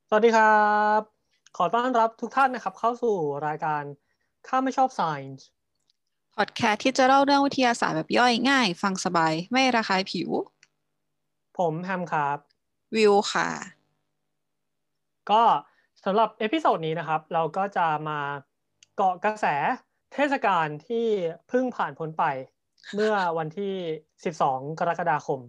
สวัสดีครับขอต้อนรับทุกท่านนะครับเข้าสู่รายการข้าไม่ชอบ Science พอดแคสต์ที่จะเล่าเรื่องวิทยาศาสตร์แบบย่อยง่ายฟังสบายไม่ระคายผิวผมแฮมครับวิวค่ะก็สำหรับเอพิโซดนี้นะครับเราก็จะมาเกาะกระแสเทศกาลที่เพิ่งผ่านพ้นไปเมื่อวันที่12กรกฎาคม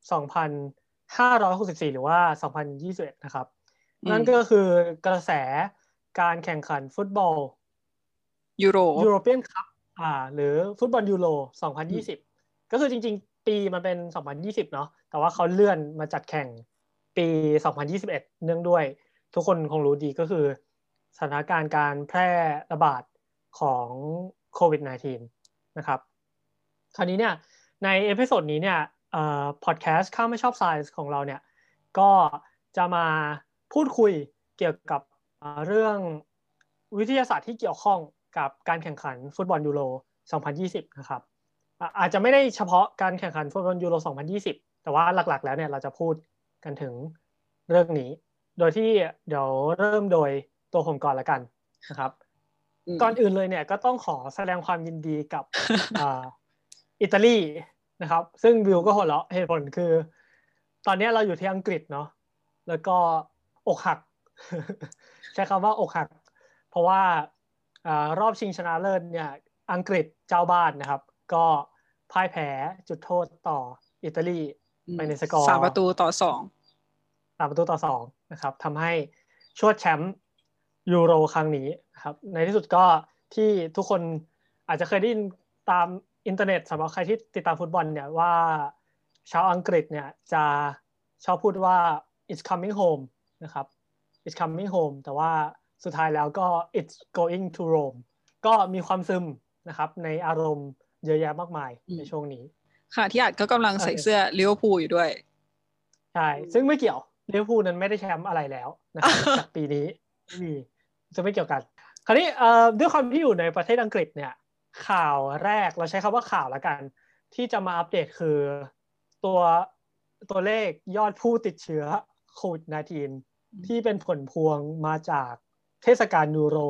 2564หรือว่า2021นะครับนั่นก็คือกระแสการแข่งขันฟุตบอลยูโรยูโรเปียนคัพหรือฟุตบอลยูโร2020ก็คือจริงๆปีมันเป็น2020เนาะแต่ว่าเขาเลื่อนมาจัดแข่งปี2021เนื่องด้วยทุกคนคงรู้ดีก็คือสถานการณ์การแพร่ระบาดของโควิด -19 นะครับคราวนี้เนี่ยในเอพิโซดนี้เนี่ยพอดแคสต์ข้าไม่ชอบไซส์ของเราเนี่ยก็จะมาพูดคุยเกี่ยวกับเรื่องวิทยาศาสตร์ที่เกี่ยวข้องกับการแข่งขันฟุตบอลยูโร2020นะครับอาจจะไม่ได้เฉพาะการแข่งขันฟุตบอลยูโร2020แต่ว่าหลักๆแล้วเนี่ยเราจะพูดกันถึงเรื่องนี้โดยที่เดี๋ยวเริ่มโดยตัวผมก่อนละกันนะครับก่อนอื่นเลยเนี่ยก็ต้องขอแสดงความยินดีกับอิตาลีนะครับซึ่งวิวก็หัวเราะเหตุผลคือตอนนี้เราอยู่ที่อังกฤษเนาะแล้วก็อกหัก ใช้คำว่าอกหักเพราะว่ารอบชิงชนะเลิศเนี่ยอังกฤษเจ้าบ้านนะครับก็พ่ายแพ้จุดโทษต่ออิตาลีไปในสกอร์ 3-2 3-2นะครับทำให้ชวดแชมป์ยูโรครั้งนี้นะครับในที่สุดก็ที่ทุกคนอาจจะเคยได้ยินตามอินเทอร์เน็ตสำหรับใครที่ติดตามฟุตบอลเนี่ยว่าชาวอังกฤษเนี่ยจะชอบพูดว่า it's coming home นะครับ it's coming home แต่ว่าสุดท้ายแล้วก็ it's going to Rome ก็มีความซึมนะครับในอารมณ์เยอะแยะมากมายในช่วงนี้ค่ะที่อาจก็กำลังใส่เสื้อลิเวอร์พูลอยู่ด้วยใช่ซึ่งไม่เกี่ยวลิเวอร์พูลนั้นไม่ได้แชมป์อะไรแล้วนะครับจากปีนี้ไม่มีจะไม่เกี่ยวกันคราวนี้ด้วยความที่อยู่ในประเทศอังกฤษเนี่ยข่าวแรกเราใช้คำว่าข่าวแล้วกันที่จะมาอัปเดตคือตัวตัวเลขยอดผู้ติดเชื้อโควิด -19 ที่เป็นผลพวงมาจากเทศกาลยูโร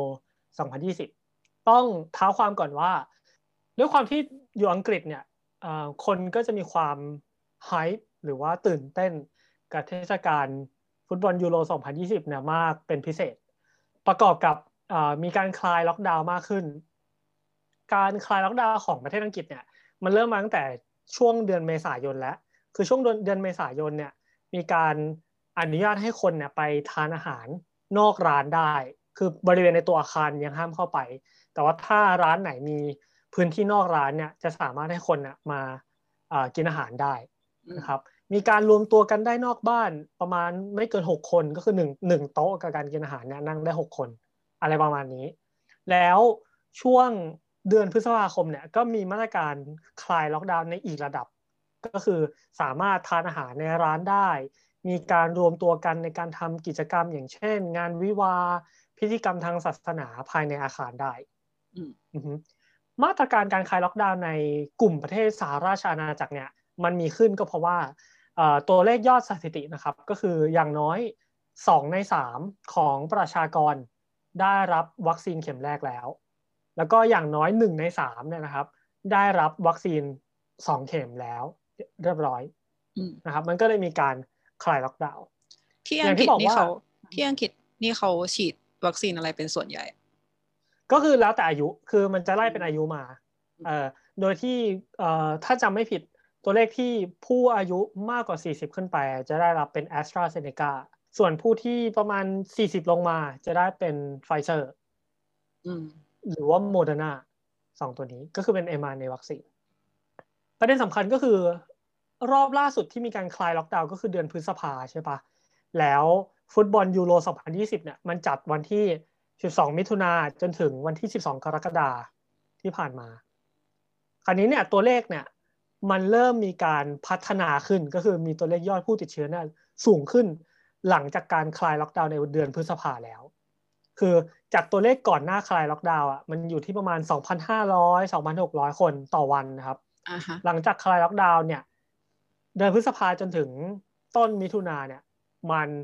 2020ต้องเท้าความก่อนว่าด้วยความที่อยู่อังกฤษเนี่ยคนก็จะมีความไฮป์หรือว่าตื่นเต้นกับเทศกาลฟุตบอลยูโร2020เนี่ยมากเป็นพิเศษประกอบกับมีการคลายล็อกดาวน์มากขึ้นการคลายล็อกดาวน์ของประเทศอังกฤษเนี่ยมันเริ่มมาตั้งแต่ช่วงเดือนเมษายนแล้วคือช่วงเดือนเมษายนเนี่ยมีการอนุญาตให้คนเนี่ยไปทานอาหารนอกร้านได้คือบริเวณในตัวอาคารยังห้ามเข้าไปแต่ว่าถ้าร้านไหนมีพื้นที่นอกร้านเนี่ยจะสามารถให้คนมากินอาหารได้นะครับมีการรวมตัวกันได้นอกบ้านประมาณไม่เกิน6 คนก็คือหนึ่งโต๊ะกับการกินอาหารเนี่ยนั่งได้6 คนอะไรประมาณนี้แล้วช่วงเดือนพฤษภาคมเนี่ยก็มีมาตรการคลายล็อกดาวน์ในอีกระดับก็คือสามารถทานอาหารในร้านได้มีการรวมตัวกันในการทำกิจกรรมอย่างเช่นงานวิวาห์พิธีกรรมทางศาสนาภายในอาคารได้มาตรการการคลายล็อกดาวน์ในกลุ่มประเทศสหราชอาณาจักรเนี่ยมันมีขึ้นก็เพราะว่าตัวเลขยอดสถิตินะครับก็คืออย่างน้อย2 ใน 3ของประชากรได้รับวัคซีนเข็มแรกแล้วก็อย่างน้อย1 ใน 3เนี่ยนะครับได้รับวัคซีน2 เข็มแล้วเรียบร้อยนะครับมันก็เลยมีการคลายล็อกดาวน์ที่อังกฤษนี่เขาที่อังกฤษนี่เขาฉีดวัคซีนอะไรเป็นส่วนใหญ่ก็คือแล้วแต่อายุคือมันจะไล่เป็นอายุมาโดยที่ถ้าจำไม่ผิดตัวเลขที่ผู้อายุมากกว่า40ขึ้นไปจะได้รับเป็น AstraZeneca ส่วนผู้ที่ประมาณ40ลงมาจะได้เป็น Pfizer หรือว่าโมเดอร์นา2ตัวนี้ก็คือเป็น mRNA วัคซีนประเด็นสำคัญก็คือรอบล่าสุดที่มีการคลายล็อกดาวน์ก็คือเดือนพฤษภาใช่ปะแล้วฟุตบอลยูโร2020เนี่ยมันจัดวันที่12มิถุนาจนถึงวันที่12กรกฎาที่ผ่านมาคราวนี้เนี่ยตัวเลขเนี่ยมันเริ่มมีการพัฒนาขึ้นก็คือมีตัวเลขยอดผู้ติดเชื้อเนี่ยสูงขึ้นหลังจากการคลายล็อกดาวน์ในเดือนพฤษภาแล้วคือจากตัวเลขก่อนหน้าคลายล็อกดาวน์อ่ะมันอยู่ที่ประมาณ 2,500 2,600 คนต่อวันนะครับหลังจากคลายล็อกดาวน์เนี่ยเดือนพฤษภาจนถึงต้นมิถุนาเนี่ยมัน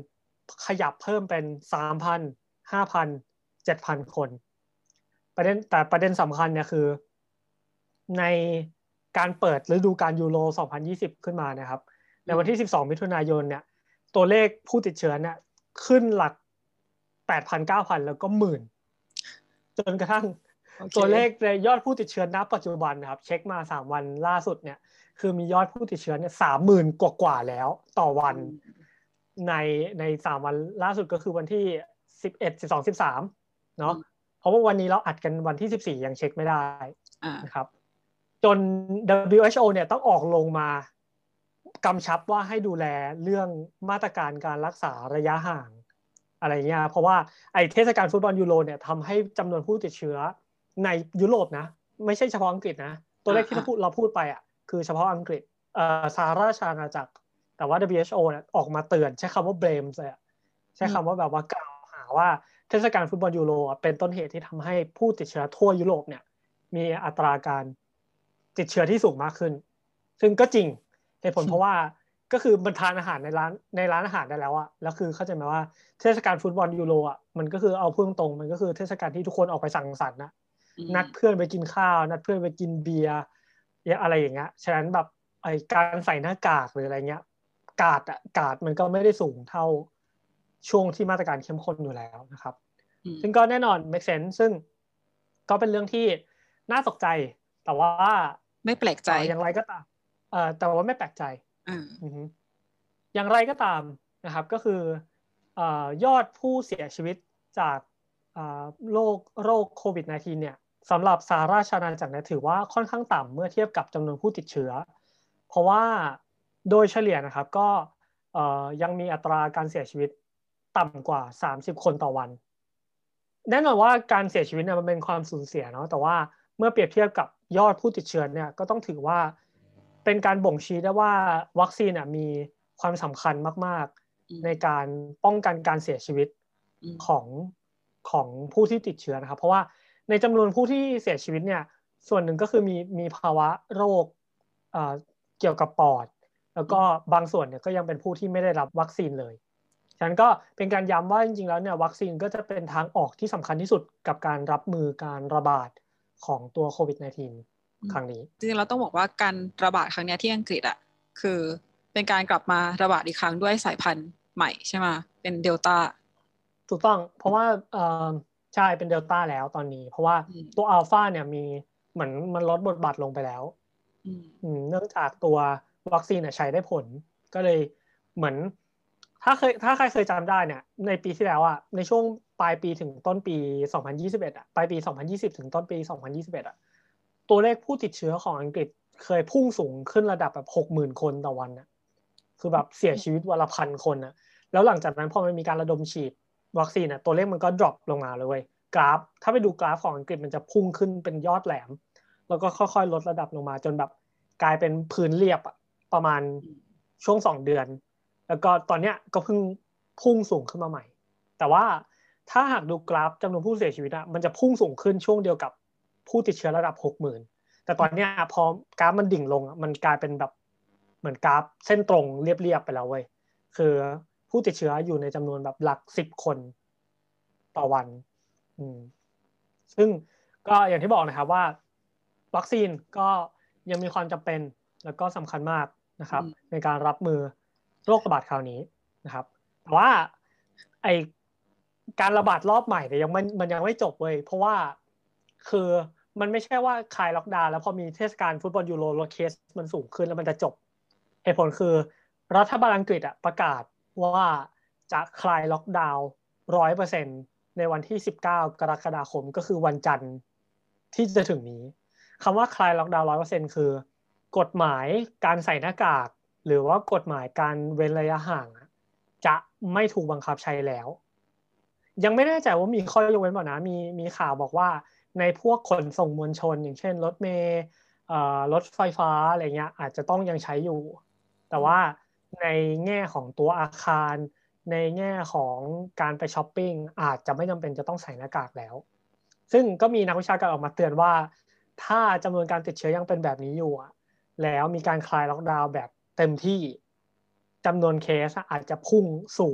ขยับเพิ่มเป็น 3,000 5,000 7,000 คนแต่ประเด็นสำคัญเนี่ยคือในการเปิดฤดูกาลยูโร 2020 ขึ้นมานะครับในวันที่ 12 มิถุนายนเนี่ยตัวเลขผู้ติดเชื้อเนี่ยขึ้นหลัก 8,000 9,000 แล้วก็หมื่นจนกระทั่งตัวเลขในยอดผู้ติดเชื้อณปัจจุบันนะครับเช็คมา3วันล่าสุดเนี่ยคือมียอดผู้ติดเชื้อเนี่ย 30,000 กว่าแล้วต่อวันใน3วันล่าสุดก็คือวันที่11 12 13เนาะเพราะว่าวันนี้เราอัดกันวันที่14ยังเช็คไม่ได้นะครับจน WHO เนี่ยต้องออกลงมากำชับว่าให้ดูแลเรื่องมาตรการการรักษาระยะห่างอะไรเงี้ยเพราะว่าไอเทศกาลฟุตบอลยูโรเนี่ยทำให้จำนวนผู้ติดเชื้อในยุโรปนะไม่ใช่เฉพาะอังกฤษนะตัวเลขที่เราพูดไปอ่ะคือเฉพาะอังกฤษสหราชอาณาจักรแต่ว่า WHO เนี่ยออกมาเตือนใช้คำว่า blame เลยอ่ะใช้คำว่าแบบว่ากล่าวหาว่าเทศกาลฟุตบอลยูโรเป็นต้นเหตุที่ทำให้ผู้ติดเชื้อทั่วยุโรปเนี่ยมีอัตราการติดเชื้อที่สูงมากขึ้นซึ่งก็จริงเหตุผลเพราะว่าก็คือมันทานอาหารในร้านอาหารได้แล้วอะแล้วคือเข้าใจไหมว่าเทศกาลฟุตบอลยูโรอะมันก็คือเอาพูดตรงมันก็คือเทศกาลที่ทุกคนออกไปสังสรรค์นะนัดเพื่อนไปกินข้าวนัดเพื่อนไปกินเบียร์อะไรอย่างเงี้ยฉะนั้นแบบไอการใส่หน้ากากหรืออะไรเงี้ยกาดมันก็ไม่ได้สูงเท่าช่วงที่มาตรการเข้มข้นอยู่แล้วนะครับซึ่งก็แน่นอน make sense ซึ่งก็เป็นเรื่องที่น่าตกใจแต่ว่าไม่แปลกใจอย่างไรก็ตามแต่ว่าไม่แปลกใจอย่างไรก็ตามนะครับก็คือยอดผู้เสียชีวิตจากโรคโควิด -19 เนี่ยสำหรับสหราชอาณาจักรเนี่ยถือว่าค่อนข้างต่ำเมื่อเทียบกับจำนวนผู้ติดเชื้อเพราะว่าโดยเฉลี่ยนะครับก็ยังมีอัตราการเสียชีวิตต่ำกว่า30คนต่อวันแน่นอนว่าการเสียชีวิตเนี่ยมันเป็นความสูญเสียเนาะแต่ว่าเมื่อเปรียบเทียบกับยอดผู้ติดเชื้อเนี่ยก็ต้องถือว่าเป็นการบ่งชี้ได้ว่าวัคซีนมีความสำคัญมากๆในการป้องกันการเสียชีวิตของผู้ที่ติดเชื้อนะครับเพราะว่าในจำนวนผู้ที่เสียชีวิตเนี่ยส่วนหนึ่งก็คือมีภาวะโรคเกี่ยวกับปอดแล้วก็บางส่วนเนี่ยก็ยังเป็นผู้ที่ไม่ได้รับวัคซีนเลยฉะนั้นก็เป็นการย้ำว่าจริงๆแล้วเนี่ยวัคซีนก็จะเป็นทางออกที่สำคัญที่สุดกับการรับมือการระบาดของตัวโควิด -19 ครั้งนี้จริงๆเราต้องบอกว่าการระบาดครั้งนี้ที่อังกฤษอ่ะคือเป็นการกลับมาระบาดอีกครั้งด้วยสายพันธุ์ใหม่ใช่ไหมเป็นเดลต้าถูกต้องเพราะว่าใช่เป็นเดลต้าแล้วตอนนี้เพราะว่าตัวอัลฟาเนี่ยมีเหมือนมันลดบทบาทลงไปแล้วเนื่องจากตัววัคซีนใช้ได้ผลก็เลยเหมือนถ้าใครเคยจำได้เนี่ยในปีที่แล้วอ่ะในช่วงปลายปีถึงต้นปี2021อ่ะปลายปี2020ถึงต้นปี2021อ่ะตัวเลขผู้ติดเชื้อของอังกฤษเคยพุ่งสูงขึ้นระดับแบบ 60,000 คนต่อวันนะคือแบบเสียชีวิตวันละ 1,000 คนนะแล้วหลังจากนั้นพอมันมีการระดมฉีดวัคซีนตัวเลขมันก็ดรอปลงมาเลยเว้ยกราฟถ้าไปดูกราฟของอังกฤษมันจะพุ่งขึ้นเป็นยอดแหลมแล้วก็ค่อยๆลดระดับลงมาจนแบบกลายเป็นพื้นเรียบประมาณช่วง2 เดือนแล้วก็ตอนเนี้ยก็เพิ่งพุ่งสูงขึ้นมาใหม่แต่ว่าถ้าหากดูกราฟจำนวนผู้เสียชีวิตมันจะพุ่งสูงขึ้นช่วงเดียวกับผู้ติดเชื้อระดับ 60,000 แต่ตอนเนี้ยพอกราฟมันดิ่งลงมันกลายเป็นแบบเหมือนกราฟเส้นตรงเรียบๆไปแล้วเว้ยคือผู้ติดเชื้ออยู่ในจำนวนแบบหลัก10 คนต่อวันซึ่งก็อย่างที่บอกนะครับว่าวัคซีนก็ยังมีความจำเป็นแล้วก็สำคัญมากนะครับในการรับมือโรคระบาดคราวนี้นะครับแต่ว่าไอการระบาดรอบใหม่เนี่ยมันยังไม่จบเลยเพราะว่าคือมันไม่ใช่ว่าคลายล็อกดาวน์แล้วพอมีเทศกาลฟุตบอลยูโรแล้วเคสมันสูงขึ้นแล้วมันจะจบเหตุผลคือรัฐบาลอังกฤษประกาศว่าจะคลายล็อกดาวน์ 100% ในวันที่19 กรกฎาคมก็คือวันจันทร์ที่จะถึงนี้คำว่าคลายล็อกดาวน์ 100% คือกฎหมายการใส่หน้ากากหรือว่ากฎหมายการเว้นระยะห่างจะไม่ถูกบังคับใช้แล้วยังไม่แน่ใจว่ามีข้อยกเว้นเปล่านะมีข่าวบอกว่าในพวกขนส่งมวลชนอย่างเช่นรถเมล์รถไฟฟ้าอะไรเงี้ยอาจจะต้องยังใช้อยู่แต่ว่าในแง่ของตัวอาคารในแง่ของการไปช้อปปิ้งอาจจะไม่จำเป็นจะต้องใส่หน้ากากแล้วซึ่งก็มีนักวิชาการออกมาเตือนว่าถ้าจำนวนการติดเชื้อยังเป็นแบบนี้อยู่แล้วมีการคลายล็อกดาวน์แบบเต็มที่จำนวนเคสอาจจะพุ่งสูง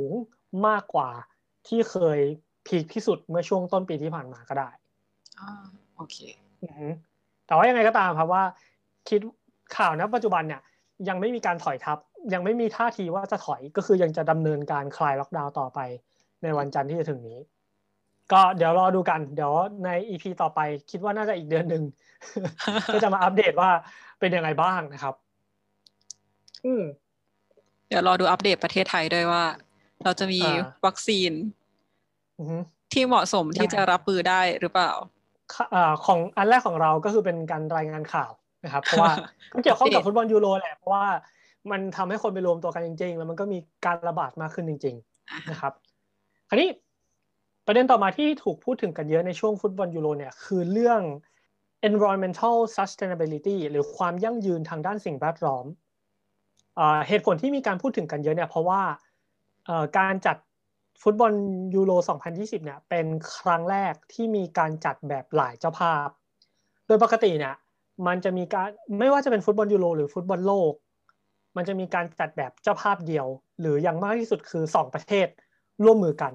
มากกว่าที่เคยพีคที่สุดเมื่อช่วงต้นปีที่ผ่านมาก็ได้โอเคแต่ว่ายังไงก็ตามครับว่าคิดข่าวณปัจจุบันเนี่ยยังไม่มีการถอยทับยังไม่มีท่าทีว่าจะถอยก็คือยังจะดำเนินการคลายล็อกดาวน์ต่อไปในวันจันทร์ที่จะถึงนี้ก็เดี๋ยวรอดูกันเดี๋ยวใน EP ต่อไปคิดว่าน่าจะอีกเดือนหนึ่ง ก็จะมาอัปเดตว่าเป็นยังไงบ้างนะครับเดี๋ยวรอดูอัปเดตประเทศไทยด้วยว่าเราจะมีวัคซีนที่เหมาะสมที่จะรับมือได้หรือเปล่าของอันแรกของเราก็คือเป็นการรายงานข่าวนะครับเพราะว่าก็เกี่ยวข้องกับฟุตบอลยูโรแหละเพราะว่ามันทำให้คนไปรวมตัวกันจริงๆแล้วมันก็มีการระบาดมากขึ้นจริงๆนะครับคราวนี้ประเด็นต่อมาที่ถูกพูดถึงกันเยอะในช่วงฟุตบอลยูโรเนี่ยคือเรื่อง environmental sustainability หรือความยั่งยืนทางด้านสิ่งแวดล้อมเหตุผลที่มีการพูดถึงกันเยอะเนี่ยเพราะว่าการจัดฟุตบอลยูโร 2020 เนี่ยเป็นครั้งแรกที่มีการจัดแบบหลายเจ้าภาพโดยปกติเนี่ยมันจะมีการไม่ว่าจะเป็นฟุตบอลยูโรหรือฟุตบอลโลกมันจะมีการจัดแบบเจ้าภาพเดียวหรืออย่างมากที่สุดคือ2ประเทศร่วมมือกัน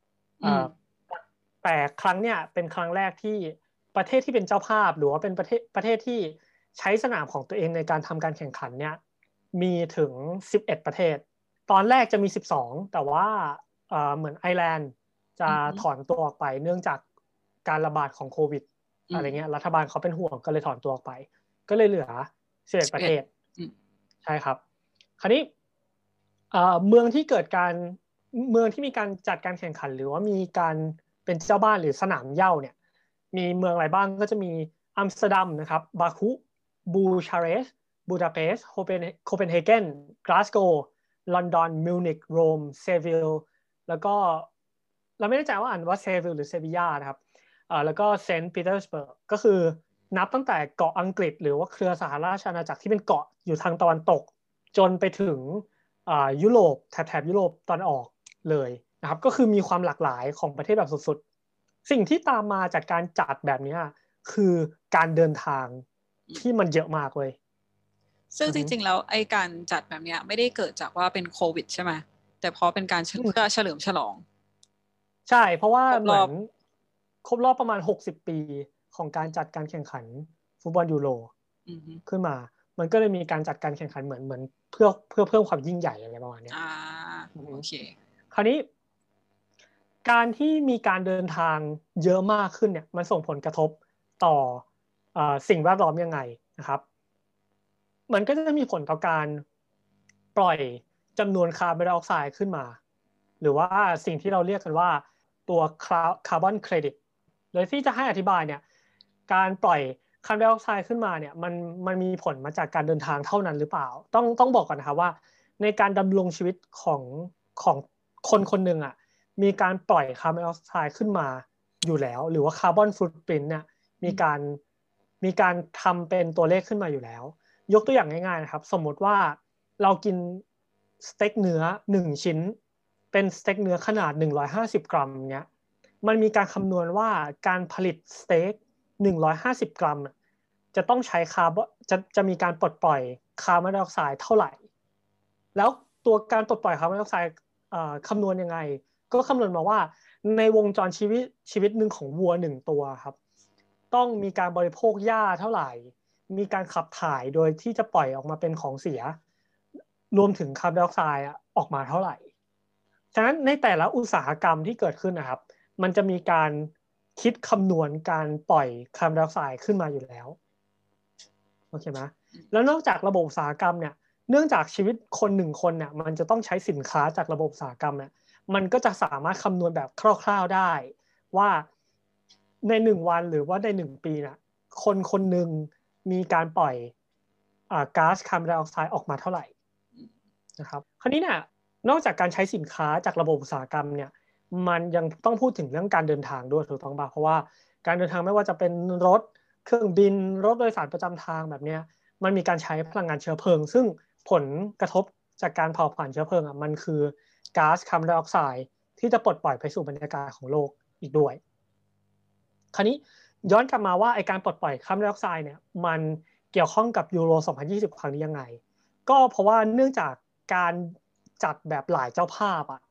แต่ครั้งเนี่ยเป็นครั้งแรกที่ประเทศที่เป็นเจ้าภาพหรือว่าเป็นประเทศที่ใช้สนามของตัวเองในการทำการแข่งขันเนี่ยมีถึง11ประเทศตอนแรกจะมี12แต่ว่าเหมือนไอร์แลนด์จะถอนตัวออกไปเนื่องจากการระบาดของโควิดอะไรเงี้ยรัฐบาลเขาเป็นห่วงก็เลยถอนตัวออกไปก็เลยเหลือ11ประเทศใช่ครับคราวนี้เมืองที่มีการจัดการแข่งขันหรือว่ามีการเป็นเจ้าบ้านหรือสนามเหย้าเนี่ยมีเมืองอะไรบ้างก็จะมีอัมสเตอร์ดัมนะครับบาคูบูชาเรสต์บูดาเปสต์โคเปนเฮเกนกลาสโกว์ลอนดอนมิวนิกโรมเซวิลแล้วก็เราไม่แน่ใจว่าอ่านว่าเซวิลหรือเซบียานะครับแล้วก็เซนต์ปีเตอร์สเบิร์กก็คือนับตั้งแต่เกาะอังกฤษหรือว่าเครือสหราชอาณาจักรที่เป็นเกาะอยู่ทางตะวันตกจนไปถึงยุโรปแถบยุโรปตอนออกเลยนะครับก็คือมีความหลากหลายของประเทศแบบสุดๆสิ่งที่ตามมาจากการจัดแบบนี้คือการเดินทางที่มันเยอะมากเลยซึ่งจริงๆแล้วไอ้การจัดแบบนี้ไม่ได้เกิดจากว่าเป็นโควิดใช่ไหมแต่เพราะเป็นการเพื่อเฉลิมฉลองใช่เพราะว่าเหมือนครบรอบประมาณ60ปีของการจัดการแข่งขันฟุตบอลยูโรขึ้นมามันก็เลยมีการจัดการแข่งขันเหมือนเพื่อเพิ่มความยิ่งใหญ่อะไรประมาณนี้โอเคคราวนี้การที่มีการเดินทางเยอะมากขึ้นเนี่ยมันส่งผลกระทบต่อสิ่งแวดล้อมยังไงนะครับมันก็จะมีผลต่อการปล่อยจำนวนคาร์บอนไดออกไซด์ขึ้นมาหรือว่าสิ่งที่เราเรียกกันว่าตัวคาร์บอนเครดิตโดยที่จะให้อธิบายเนี่ยการปล่อยคาร์บอนไดออกไซด์ขึ้นมาเนี่ยมันมีผลมาจากการเดินทางเท่านั้นหรือเปล่าต้องบอกก่อนนะครับว่าในการดำรงชีวิตของคนคนหนึ่งมีการปล่อยคาร์บอนไดออกไซด์ขึ้นมาอยู่แล้วหรือว่าคาร์บอนฟุตปรินท์เนี่ยมีการทำเป็นตัวเลขขึ้นมาอยู่แล้วยกตัวอย่างง่ายๆนะครับสมมติว่าเรากินสเต็กเนื้อ1ชิ้นเป็นสเต็กเนื้อขนาด150กรัมเนี้ยมันมีการคำนวณว่าการผลิตสเต็ก150กรัมจะต้องใช้จะมีการปลดปล่อยคาร์บอนไดออกไซด์เท่าไหร่แล้วตัวการปลดปล่อยคาร์บอนไดออกไซด์คำนวณยังไงก็คำนวณมาว่าในวงจรชีวิตหนึ่งของวัว1ตัวครับต้องมีการบริโภคหญ้าเท่าไหร่มีการขับถ่ายโดยที่จะปล่อยออกมาเป็นของเสียรวมถึงคาร์บอนไดออกไซด์ออกมาเท่าไหร่ฉะนั้นในแต่ละอุตสาหกรรมที่เกิดขึ้นนะครับมันจะมีการคิดคำนวณการปล่อยคาร์บอนไดออกไซด์ขึ้นมาอยู่แล้วโอเคไหมแล้วนอกจากระบบอุตสาหกรรมเนี่ยเนื่องจากชีวิตคน1คนเนี่ยมันจะต้องใช้สินค้าจากระบบอุตสาหกรรมเนี่ยมันก็จะสามารถคำนวณแบบคร่าวๆได้ว่าใน1วันหรือว่าใน1ปีน่ะคนหนึ่งมีการปล่อยก๊าซคาร์บอนไดออกไซด์ออกมาเท่าไหร่นะครับคราวนี้เนี่ยนอกจากการใช้สินค้าจากระบบอุตสาหกรรมเนี่ยมันยังต้องพูดถึงเรื่องการเดินทางด้วยถูกต้องป่ะเพราะว่าการเดินทางไม่ว่าจะเป็นรถเครื่องบินรถโดยสารประจำทางแบบนี้มันมีการใช้พลังงานเชื้อเพลิงซึ่งผลกระทบจากการเผาผลาญเชื้อเพลิงมันคือก๊าซคาร์บอนไดออกไซด์ที่จะปลดปล่อยไปสู่บรรยากาศของโลกอีกด้วยคราวนี้ย้อนกลับมาว่าไอการปลดปล่อยคาร์บอนไดออกไซด์เนี่ยมันเกี่ยวข้องกับยูโร 2020 ครั้งนี้ยังไงก็เพราะว่าเนื่องจากการจัดแบบหลายเจ้าภาพ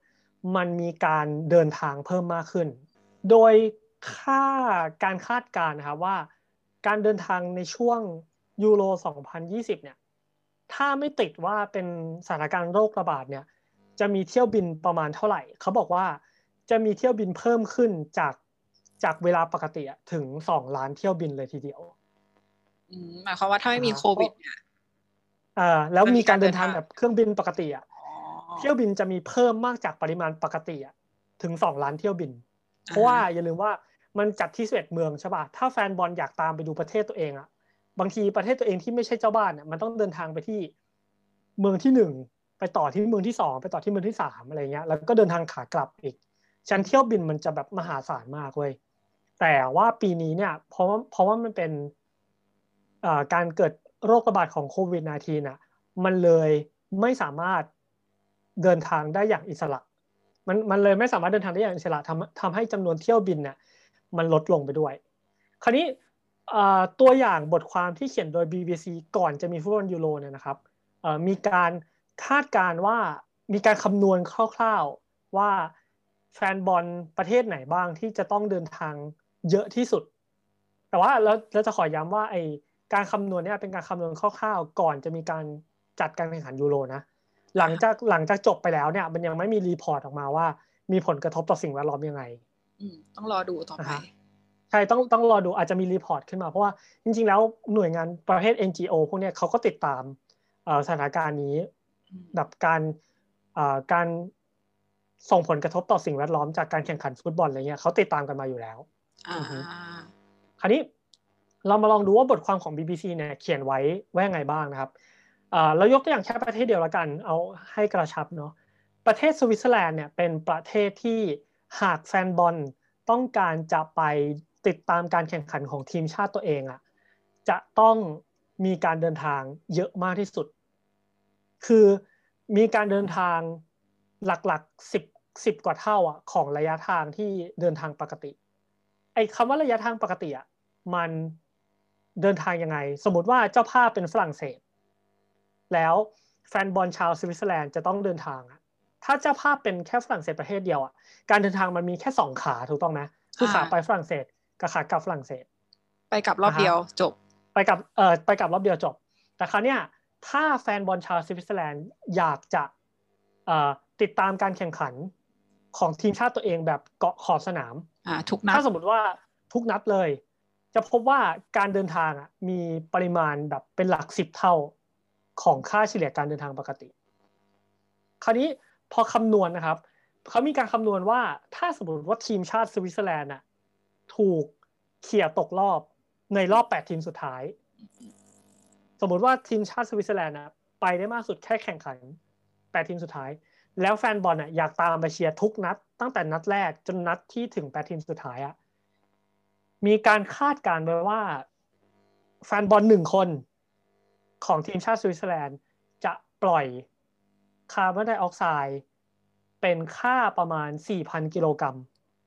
มันมีการเดินทางเพิ่มมากขึ้นโดยการคาดการณ์นะครับว่าการเดินทางในช่วงยูโร2020เนี่ยถ้าไม่ติดว่าเป็นสถานการณ์โรคระบาดเนี่ยจะมีเที่ยวบินประมาณเท่าไหร่เขาบอกว่าจะมีเที่ยวบินเพิ่มขึ้นจากเวลาปกติถึง2 ล้านเที่ยวบินเลยทีเดียวหมายความว่าถ้าไม่มีโควิดเนี่ยแล้วมีการเดินทางแบบเครื่องบินปกติเที่ยวบินจะมีเพิ่มมากจากปริมาณปกติถึง2 ล้านเที่ยวบินเพราะว่าอย่าลืมว่ามันจัดที่11เมืองใช่ป่ะถ้าแฟนบอลอยากตามไปดูประเทศตัวเองบางทีประเทศตัวเองที่ไม่ใช่เจ้าบ้านมันต้องเดินทางไปที่เมืองที่1ไปต่อที่เมืองที่2ไปต่อที่เมืองที่3อะไรเงี้ยแล้วก็เดินทางขากลับอีกชั้นเที่ยวบินมันจะแบบมหาศาลมากเว้ยแต่ว่าปีนี้เนี่ยเพราะว่ามันเป็นการเกิดโรคระบาดของโควิด -19 มันเลยไม่สามารถเดินทางได้อย่างอิสระมันเลยไม่สามารถเดินทางได้อย่างอิสระทำให้จำนวนเที่ยวบินเนี่ยมันลดลงไปด้วยคราวนี้ตัวอย่างบทความที่เขียนโดย BBC ก่อนจะมีฟุตบอลยูโรเนี่ยนะครับมีการคาดการณ์ว่ามีการคำนวณคร่าวๆว่าแฟนบอลประเทศไหนบ้างที่จะต้องเดินทางเยอะที่สุดแต่ว่าเราจะขอย้ำว่าการคำนวณเนี่ยเป็นการคำนวณคร่าวๆก่อนจะมีการจัดการแข่งขันยูโรนะหลังจากจบไปแล้วเนี่ยมันยังไม่มีรีพอร์ตออกมาว่ามีผลกระทบต่อสิ่งแวดล้อมยังไงต้องรอดูต่อไปใช่ต้องรอดูอาจจะมีรีพอร์ตขึ้นมาเพราะว่าจริงๆแล้วหน่วยงานประเภท NGO พวกนี้เขาก็ติดตามสถานการณ์นี้แบบการส่งผลกระทบต่อสิ่งแวดล้อมจากการแข่งขันฟุตบอลอะไรเงี้ยเขาติดตามกันมาอยู่แล้วคราวนี้เรามาลองดูว่าบทความของ BBC เนี่ยเขียนไว้ว่ายังไงบ้างนะครับเรายกตัวอย่างแค่ประเทศเดียวละกันเอาให้กระชับเนาะประเทศสวิตเซอร์แลนด์เนี่ยเป็นประเทศที่หากแฟนบอลต้องการจะไปติดตามการแข่งขันของทีมชาติตัวเองจะต้องมีการเดินทางเยอะมากที่สุดคือมีการเดินทางหลักๆ10กว่าเท่าของระยะทางที่เดินทางปกติไอ้คำว่าระยะทางปกติมันเดินทางยังไงสมมติว่าเจ้าภาพเป็นฝรั่งเศสแล้วแฟนบอลชาวสวิตเซอร์แลนด์จะต้องเดินทางถ้าเจ้าภาพเป็นแค่ฝรั่งเศสประเทศเดียวการเดินทางมันมีแค่2ขาถูกต้องไหมคือขาไปฝรั่งเศสกับขากลับฝรั่งเศสไปกลับรอบเดียวจบไปกลับรอบเดียวจบแต่คราวเนี้ยถ้าแฟนบอลชาวสวิตเซอร์แลนด์อยากจะติดตามการแข่งขันของทีมชาติตัวเองแบบเกาะขอบสนามทุกนัดถ้าสมมติว่าทุกนัดเลยจะพบว่าการเดินทางมีปริมาณแบบเป็นหลัก10 เท่าของค่าเฉลี่ยการเดินทางปกติคราวนี้พอคำนวณนะครับเขามีการคำนวณว่าถ้าสมมติว่าทีมชาติสวิตเซอร์แลนด์ถูกเขี่ยตกรอบในรอบ8 ทีมสุดท้ายสมมติว่าทีมชาติสวิตเซอร์แลนด์ไปได้มากสุดแค่แข่งขัน8 ทีมสุดท้ายแล้วแฟนบอลอยากตามไปเชียร์ทุกนัดตั้งแต่นัดแรกจนนัดที่ถึง8 ทีมสุดท้ายมีการคาดการณ์ไว้ว่าแฟนบอล1 คนของทีมชาติสวิตเซอร์แลนด์จะปล่อยคาร์บอนไดออกไซด์เป็นค่าประมาณ 4,000 กิโลกรัม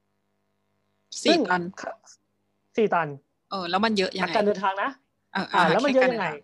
4 ตัน 4 ตันแล้วมันเยอะยังไงการเดินทางนะแล้วมันเยอะยังไง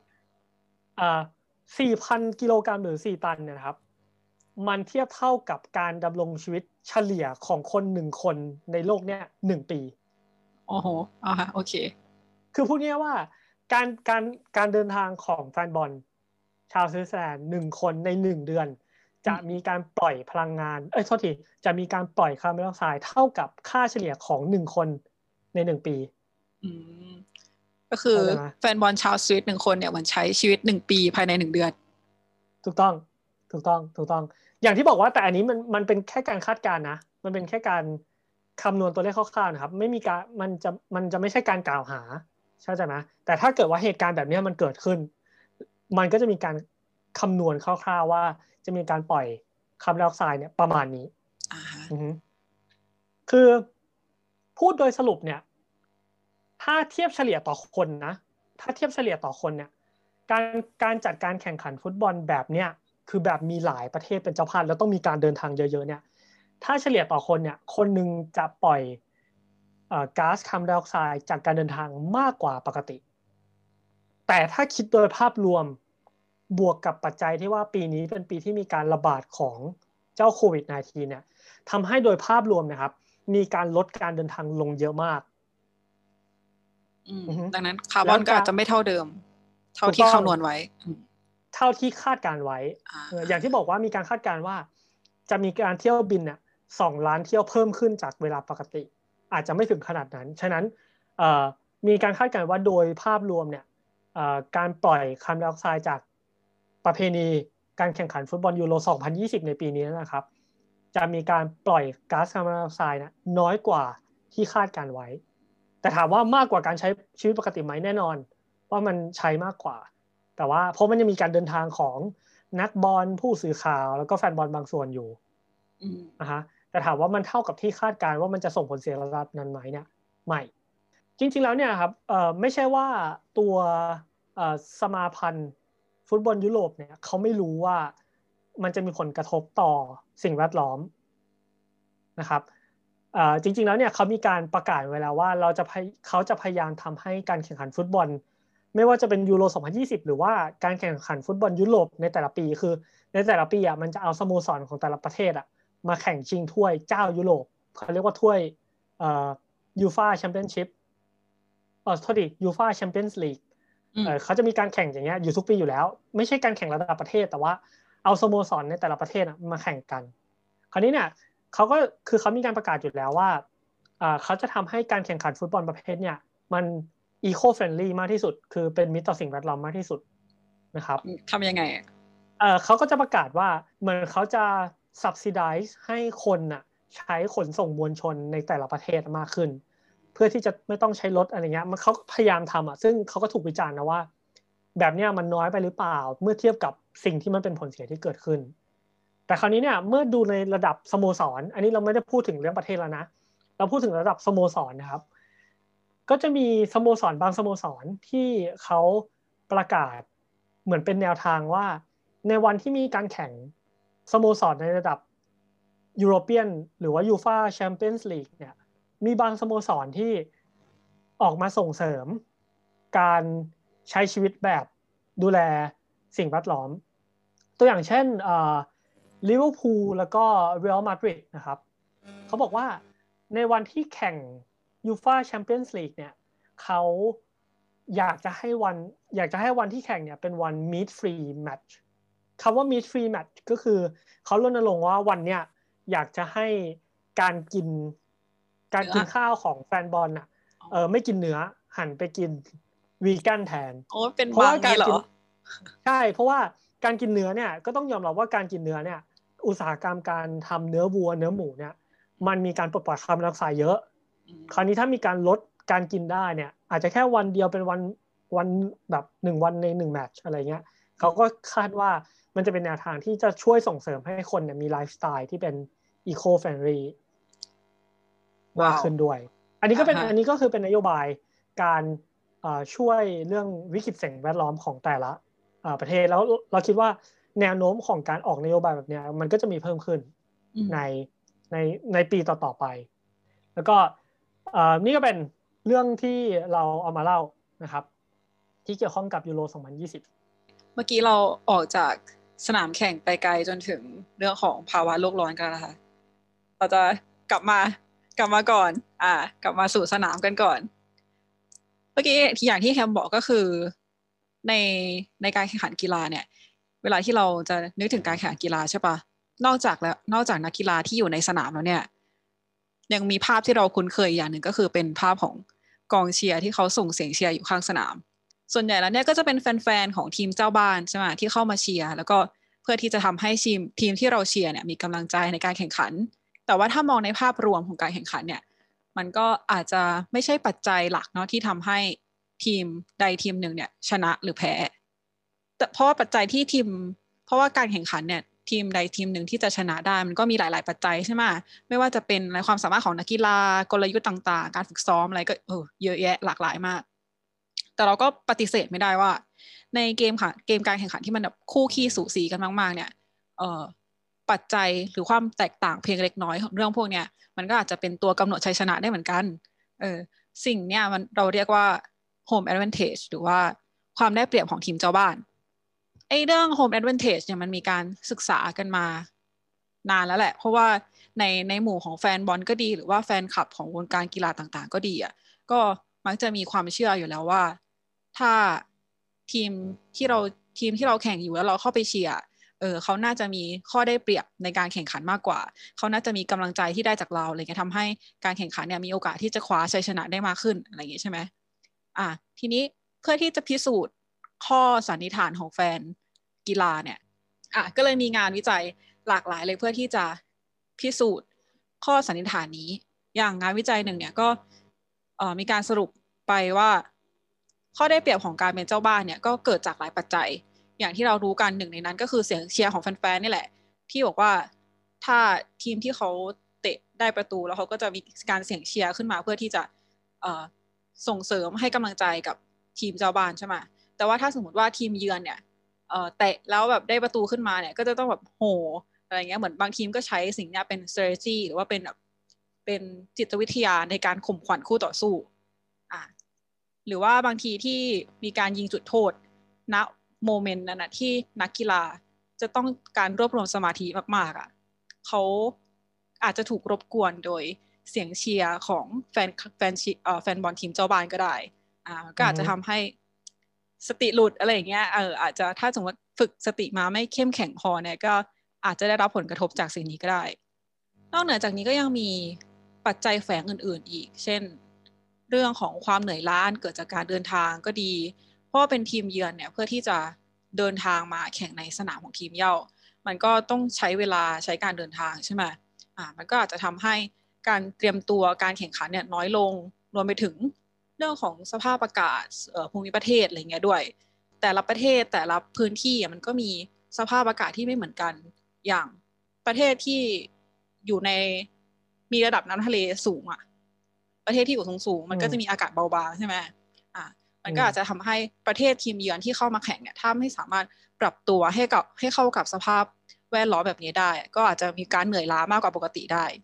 4,000 กิโลกรัมหรือ4 ตันเนี่ยครับมันเทียบเท่ากับการดำรงชีวิตเฉลี่ยของคน1 คนในโลกเนี้ย1 ปีโอ้โหโอเคคือพูดง่ายๆว่าการเดินทางของแฟนบอลชาวสวิตเซอร์แลนด์1 คนใน1 เดือนจะมีการปล่อยพลังงานโทษทีจะมีการปล่อยคาร์บอนไดออกไซด์เท่ากับค่าเฉลี่ยของ1 คนใน1 ปีก็คือแฟนบอลชาวสวิต1 คนเนี่ยมันใช้ชีวิต1 ปีภายใน1 เดือนถูกต้องอย่างที่บอกว่าแต่อันนี้มันเป็นแค่การคาดการณ์นะมันเป็นแค่การคำนวณตัวเลขคร่าวๆนะครับไม่มีการมันจะไม่ใช่การกล่าวหาใช่ไหมแต่ถ้าเกิดว่าเหตุการณ์แบบนี้มันเกิดขึ้นมันก็จะมีการคำนวณคร่าวๆว่าจะมีการปล่อยคาร์บอนไดออกไซด์เนี่ยประมาณนี้คือพูดโดยสรุปเนี่ยถ้าเทียบเฉลี่ยต่อคนนะถ้าเทียบเฉลี่ยต่อคนเนี่ยการจัดการแข่งขันฟุตบอลแบบเนี้ยคือแบบมีหลายประเทศเป็นเจ้าภาพแล้วต้องมีการเดินทางเยอะๆเนี่ยถ้าเฉลี่ยต่อคนเนี่ยคนหนึ่งจะปล่อยก๊าซคาร์บอนไดออกไซด์จากการเดินทางมากกว่าปกติแต่ถ้าคิดโดยภาพรวมบวกกับปัจจัยที่ว่าปีนี้เป็นปีที่มีการระบาดของเจ้าโควิด -19 เนี่ยทำให้โดยภาพรวมนะครับมีการลดการเดินทางลงเยอะมากดังนั้นคาร์บอนก็อาจจะไม่เท่าเดิมเท่าที่คำนวณไว้เท่าที่คาดการไว้อย่างที่บอกว่ามีการคาดการว่าจะมีการเที่ยวบินเนี่ย2 ล้านเที่ยวเพิ่มขึ้นจากเวลาปกติอาจจะไม่ถึงขนาดนั้นฉะนั้นมีการคาดการณ์ว่าโดยภาพรวมเนี่ยการปล่อยคาร์บอนไดออกไซด์จากประเพณีการแข่งขันฟุตบอลยูโร2020ในปีนี้นะครับจะมีการปล่อยก๊าซคาร์บอนไดออกไซด์นะน้อยกว่าที่คาดการไว้แต่ถามว่ามากกว่าการใช้ชีวิตปกติไหมแน่นอนว่ามันใช้มากกว่าแต่ว่าเพราะมันยังมีการเดินทางของนักบอลผู้สื่อข่าวแล้วก็แฟนบอลบางส่วนอยู่นะฮะแต่ถามว่ามันเท่ากับที่คาดการว่ามันจะส่งผลเสียระดับนั้นไหมเนี่ยไม่จริงๆแล้วเนี่ยครับไม่ใช่ว่าตัวสมาพันธ์ฟุตบอลยุโรปเนี่ยเขาไม่รู้ว่ามันจะมีผลกระทบต่อสิ่งแวดล้อมนะครับจริงๆแล้วเนี่ยเขามีการประกาศไว้แล้วว่าเขาจะพยายามทำให้การแข่งขันฟุตบอลไม่ว่าจะเป็นยูโร2020หรือว่าการแข่งขันฟุตบอลยุโรปในแต่ละปีคือในแต่ละปีอ่ะมันจะเอาสโมสรของแต่ละประเทศอ่ะมาแข่งชิงถ้วยเจ้ายุโรปเขาเรียกว่าถ้วยยูฟ่าแชมเปี้ยนชิพโทษดิยูฟ่าแชมเปี้ยนส์ลีกเขาจะมีการแข่งอย่างเงี้ยอยู่ทุกปีอยู่แล้วไม่ใช่การแข่งระดับประเทศแต่ว่าเอาสโมสรในแต่ละประเทศมาแข่งกันคราวนี้เนี่ยเขามีการประกาศอยู่แล้วว่าเขาจะทำให้การแข่งขันฟุตบอลประเภทเนี่ยมันอีโคเฟรนลี่มากที่สุดคือเป็นมิตรต่อสิ่งแวดล้อมมากที่สุดนะครับทำยังไงเขาก็จะประกาศว่าเหมือนเขาจะ subsidize ให้คนน่ะใช้ขนส่งมวลชนในแต่ละประเทศมากขึ้นเพื่อที่จะไม่ต้องใช้รถอะไรเงี้ยมันเขาพยายามทำซึ่งเขาก็ถูกวิจารณ์นะว่าแบบเนี้ยมันน้อยไปหรือเปล่าเมื่อเทียบกับสิ่งที่มันเป็นผลเสียที่เกิดขึ้นแต่คราวนี้เนี่ยเมื่อดูในระดับสโมสรอันนี้เราไม่ได้พูดถึงเรื่องประเทศแล้วนะเราพูดถึงระดับสโมสรนะครับก็จะมีสโมสรบางสโมสรที่เขาประกาศเหมือนเป็นแนวทางว่าในวันที่มีการแข่งสโมสรในระดับยุโรเปียนหรือว่ายูฟ่าแชมเปี้ยนส์ลีกเนี่ยมีบางสโมสรที่ออกมาส่งเสริมการใช้ชีวิตแบบดูแลสิ่งแวดล้อมตัวอย่างเช่นลิเวอร์พูลแล้วก็เรอัลมาดริดนะครับเขาบอกว่าในวันที่แข่งยูฟ่าแชมเปี้ยนส์ลีกเนี่ยเขาอยากจะให้วันที่แข่งเนี่ยเป็นวัน meat free match คำว่า meat free match ก็คือเขารณรงค์ว่าวันเนี้ยอยากจะให้การกินข้าวของแฟนบอลน่ะไม่กินเนื้อหันไปกินวีแกนแทนเพราะว่าการกินใช่เพราะว่าการกินเนื้อเนี่ยก็ต้องยอมรับว่าการกินเนื้อเนี่ยอุตสาหกรรมการทำเนื้อวัวเนื้อหมูเนี่ยมันมีการปลดปล่อยคาร์บอนไดออกไซด์เยอะคราวนี้ถ้ามีการลดการกินได้เนี่ยอาจจะแค่วันเดียวเป็นวันแบบ1 วันใน1แมตช์อะไรเงี้ยเขาก็คาดว่ามันจะเป็นแนวทางที่จะช่วยส่งเสริมให้คนเนี่ยมีไลฟ์สไตล์ที่เป็นอีโคเฟรนลี่มากขึ้นด้วยอันนี้ก็คือเป็นนโยบายการช่วยเรื่องวิกฤตสิ่งแวดล้อมของแต่ละประเทศแล้วเราคิดว่าแนวโน้มของการออกนโยบายแบบนี้มันก็จะมีเพิ่มขึ้นในปีต่อๆไปแล้วก็นี่ก็เป็นเรื่องที่เราเอามาเล่านะครับที่เกี่ยวข้องกับยูโร2020 เมื่อกี้เราออกจากสนามแข่งไปไกลจนถึงเรื่องของภาวะโลกร้อนกันนะคะเราจะกลับมาก่อนกลับมาสู่สนามกันก่อนเมื่อกี้อย่างที่แคมบอกก็คือในการแข่งขันกีฬาเนี่ยเวลาที่เราจะนึกถึงการแข่งขันกีฬาใช่ปะนอกจากนักกีฬาที่อยู่ในสนามแล้วเนี่ยยังมีภาพที่เราคุ้นเคยอย่างหนึ่งก็คือเป็นภาพของกองเชียร์ที่เขาส่งเสียงเชียร์อยู่ข้างสนามส่วนใหญ่แล้วเนี่ยก็จะเป็นแฟนๆของทีมเจ้าบ้านใช่ไหมที่เข้ามาเชียร์แล้วก็เพื่อที่จะทำให้ทีมที่เราเชียร์เนี่ยมีกำลังใจในการแข่งขันแต่ว่าถ้ามองในภาพรวมของการแข่งขันเนี่ยมันก็อาจจะไม่ใช่ปัจจัยหลักเนาะที่ทำให้ทีมใดทีมหนึ่งเนี่ยชนะหรือแพ้แต่เพราะว่าปัจจัยที่เพราะว่าการแข่งขันเนี่ยทีมใดทีมหนึ่งที่จะชนะได้มันก็มีหลายๆปัจจัยใช่ไหมไม่ว่าจะเป็นในความสามารถของนักกีฬากลยุทธ์ต่างๆการฝึกซ้อมอะไรก็เยอะแยะหลากหลายมากแต่เราก็ปฏิเสธไม่ได้ว่าในเกมการแข่งขันที่มันแบบคู่ขี้สูสีกันมากๆเนี่ยปัจจัยหรือความแตกต่างเพียงเล็กน้อยของเรื่องพวกเนี้ยมันก็อาจจะเป็นตัวกำหนดชัยชนะได้เหมือนกันสิ่งเนี้ยเราเรียกว่า home advantage หรือว่าความได้เปรียบของทีมเจ้าบ้านไอ้เรื่อง home advantage เนี่ยมันมีการศึกษากันมานานแล้วแหละเพราะว่าในหมู่ของแฟนบอลก็ดีหรือว่าแฟนคลับของวงการกีฬาต่างๆก็ดีอ่ะก็มักจะมีความเชื่ออยู่แล้วว่าถ้าทีมที่เราทีมที่เราแข่งอยู่แล้วเราเข้าไปเชียร์เขาน่าจะมีข้อได้เปรียบในการแข่งขันมากกว่าเขาน่าจะมีกำลังใจที่ได้จากเราอะไรเงี้ยทำให้การแข่งขันเนี่ยมีโอกาสที่จะคว้าชัยชนะได้มากขึ้นอะไรอย่างงี้ใช่ไหมทีนี้เพื่อที่จะพิสูจน์ข้อสันนิษฐานของแฟนกีฬาเนี่ยก็เลยมีงานวิจัยหลากหลายเลยเพื่อที่จะพิสูจน์ข้อสันนิษฐานนี้อย่างงานวิจัยหนึ่งเนี่ยก็มีการสรุปไปว่าข้อได้เปรียบของการเป็นเจ้าบ้านเนี่ยก็เกิดจากหลายปัจจัยอย่างที่เรารู้กันหนึ่งในนั้นก็คือเสียงเชียร์ของแฟนๆนี่แหละที่บอกว่าถ้าทีมที่เขาเตะได้ประตูแล้วเขาก็จะมีการเสียงเชียร์ขึ้นมาเพื่อที่จะส่งเสริมให้กำลังใจกับทีมเจ้าบ้านใช่ไหมแต่ว่าถ้าสมมติว่าทีมเยือนเนี่ยเตะแล้วแบบได้ประตูขึ้นมาเนี่ยก็จะต้องแบบโหอะไรเงี้ยเหมือนบางทีมก็ใช้สิ่งนี้เป็น strategy หรือว่าเป็นแบบเป็นจิตวิทยาในการข่มขวัญคู่ต่อสู้หรือว่าบางทีที่มีการยิงจุดโทษณโมเมนต์นั้นนะที่นักกีฬาจะต้องการรวบรวมสมาธิมากๆเขาอาจจะถูกรบกวนโดยเสียงเชียร์ของแฟนบอลทีมเจ้าบ้านก็ได้ก็อาจจะทำให้สติหลุดอะไรอย่างเงี้ยอาจจะถ้าสมมติฝึกสติมาไม่เข้มแข็งพอเนี่ยก็อาจจะได้รับผลกระทบจากสิ่งนี้ก็ได้นอกเหนือจากนี้ก็ยังมีปัจจัยแฝงอื่นๆอีกเช่นเรื่องของความเหนื่อยล้าเกิดจากการเดินทางก็ดีเพราะว่าเป็นทีมเยือนเนี่ยเพื่อที่จะเดินทางมาแข่งในสนามของทีมเย่ามันก็ต้องใช้เวลาใช้การเดินทางใช่ไหมมันก็อาจจะทำให้การเตรียมตัวการแข่งขันเนี่ยน้อยลงรวมไปถึงเรื่องของสภาพอากาศภูมิประเทศอะไรเงี้ยด้วยแต่ละประเทศแต่ละพื้นที่มันก็มีสภาพอากาศที่ไม่เหมือนกันอย่างประเทศที่อยู่ในมีระดับน้ำทะเลสูงประเทศที่อยู่สูงมันก็จะมีอากาศเบาบางใช่ไหมมันก็อาจจะทำให้ประเทศทีมเยือนที่เข้ามาแข่งเนี่ยถ้าไม่สามารถปรับตัวให้เข้ากับสภาพแวดล้อมแบบนี้ได้ก็อาจจะมีการเหนื่อยล้ามากกว่าปกติได้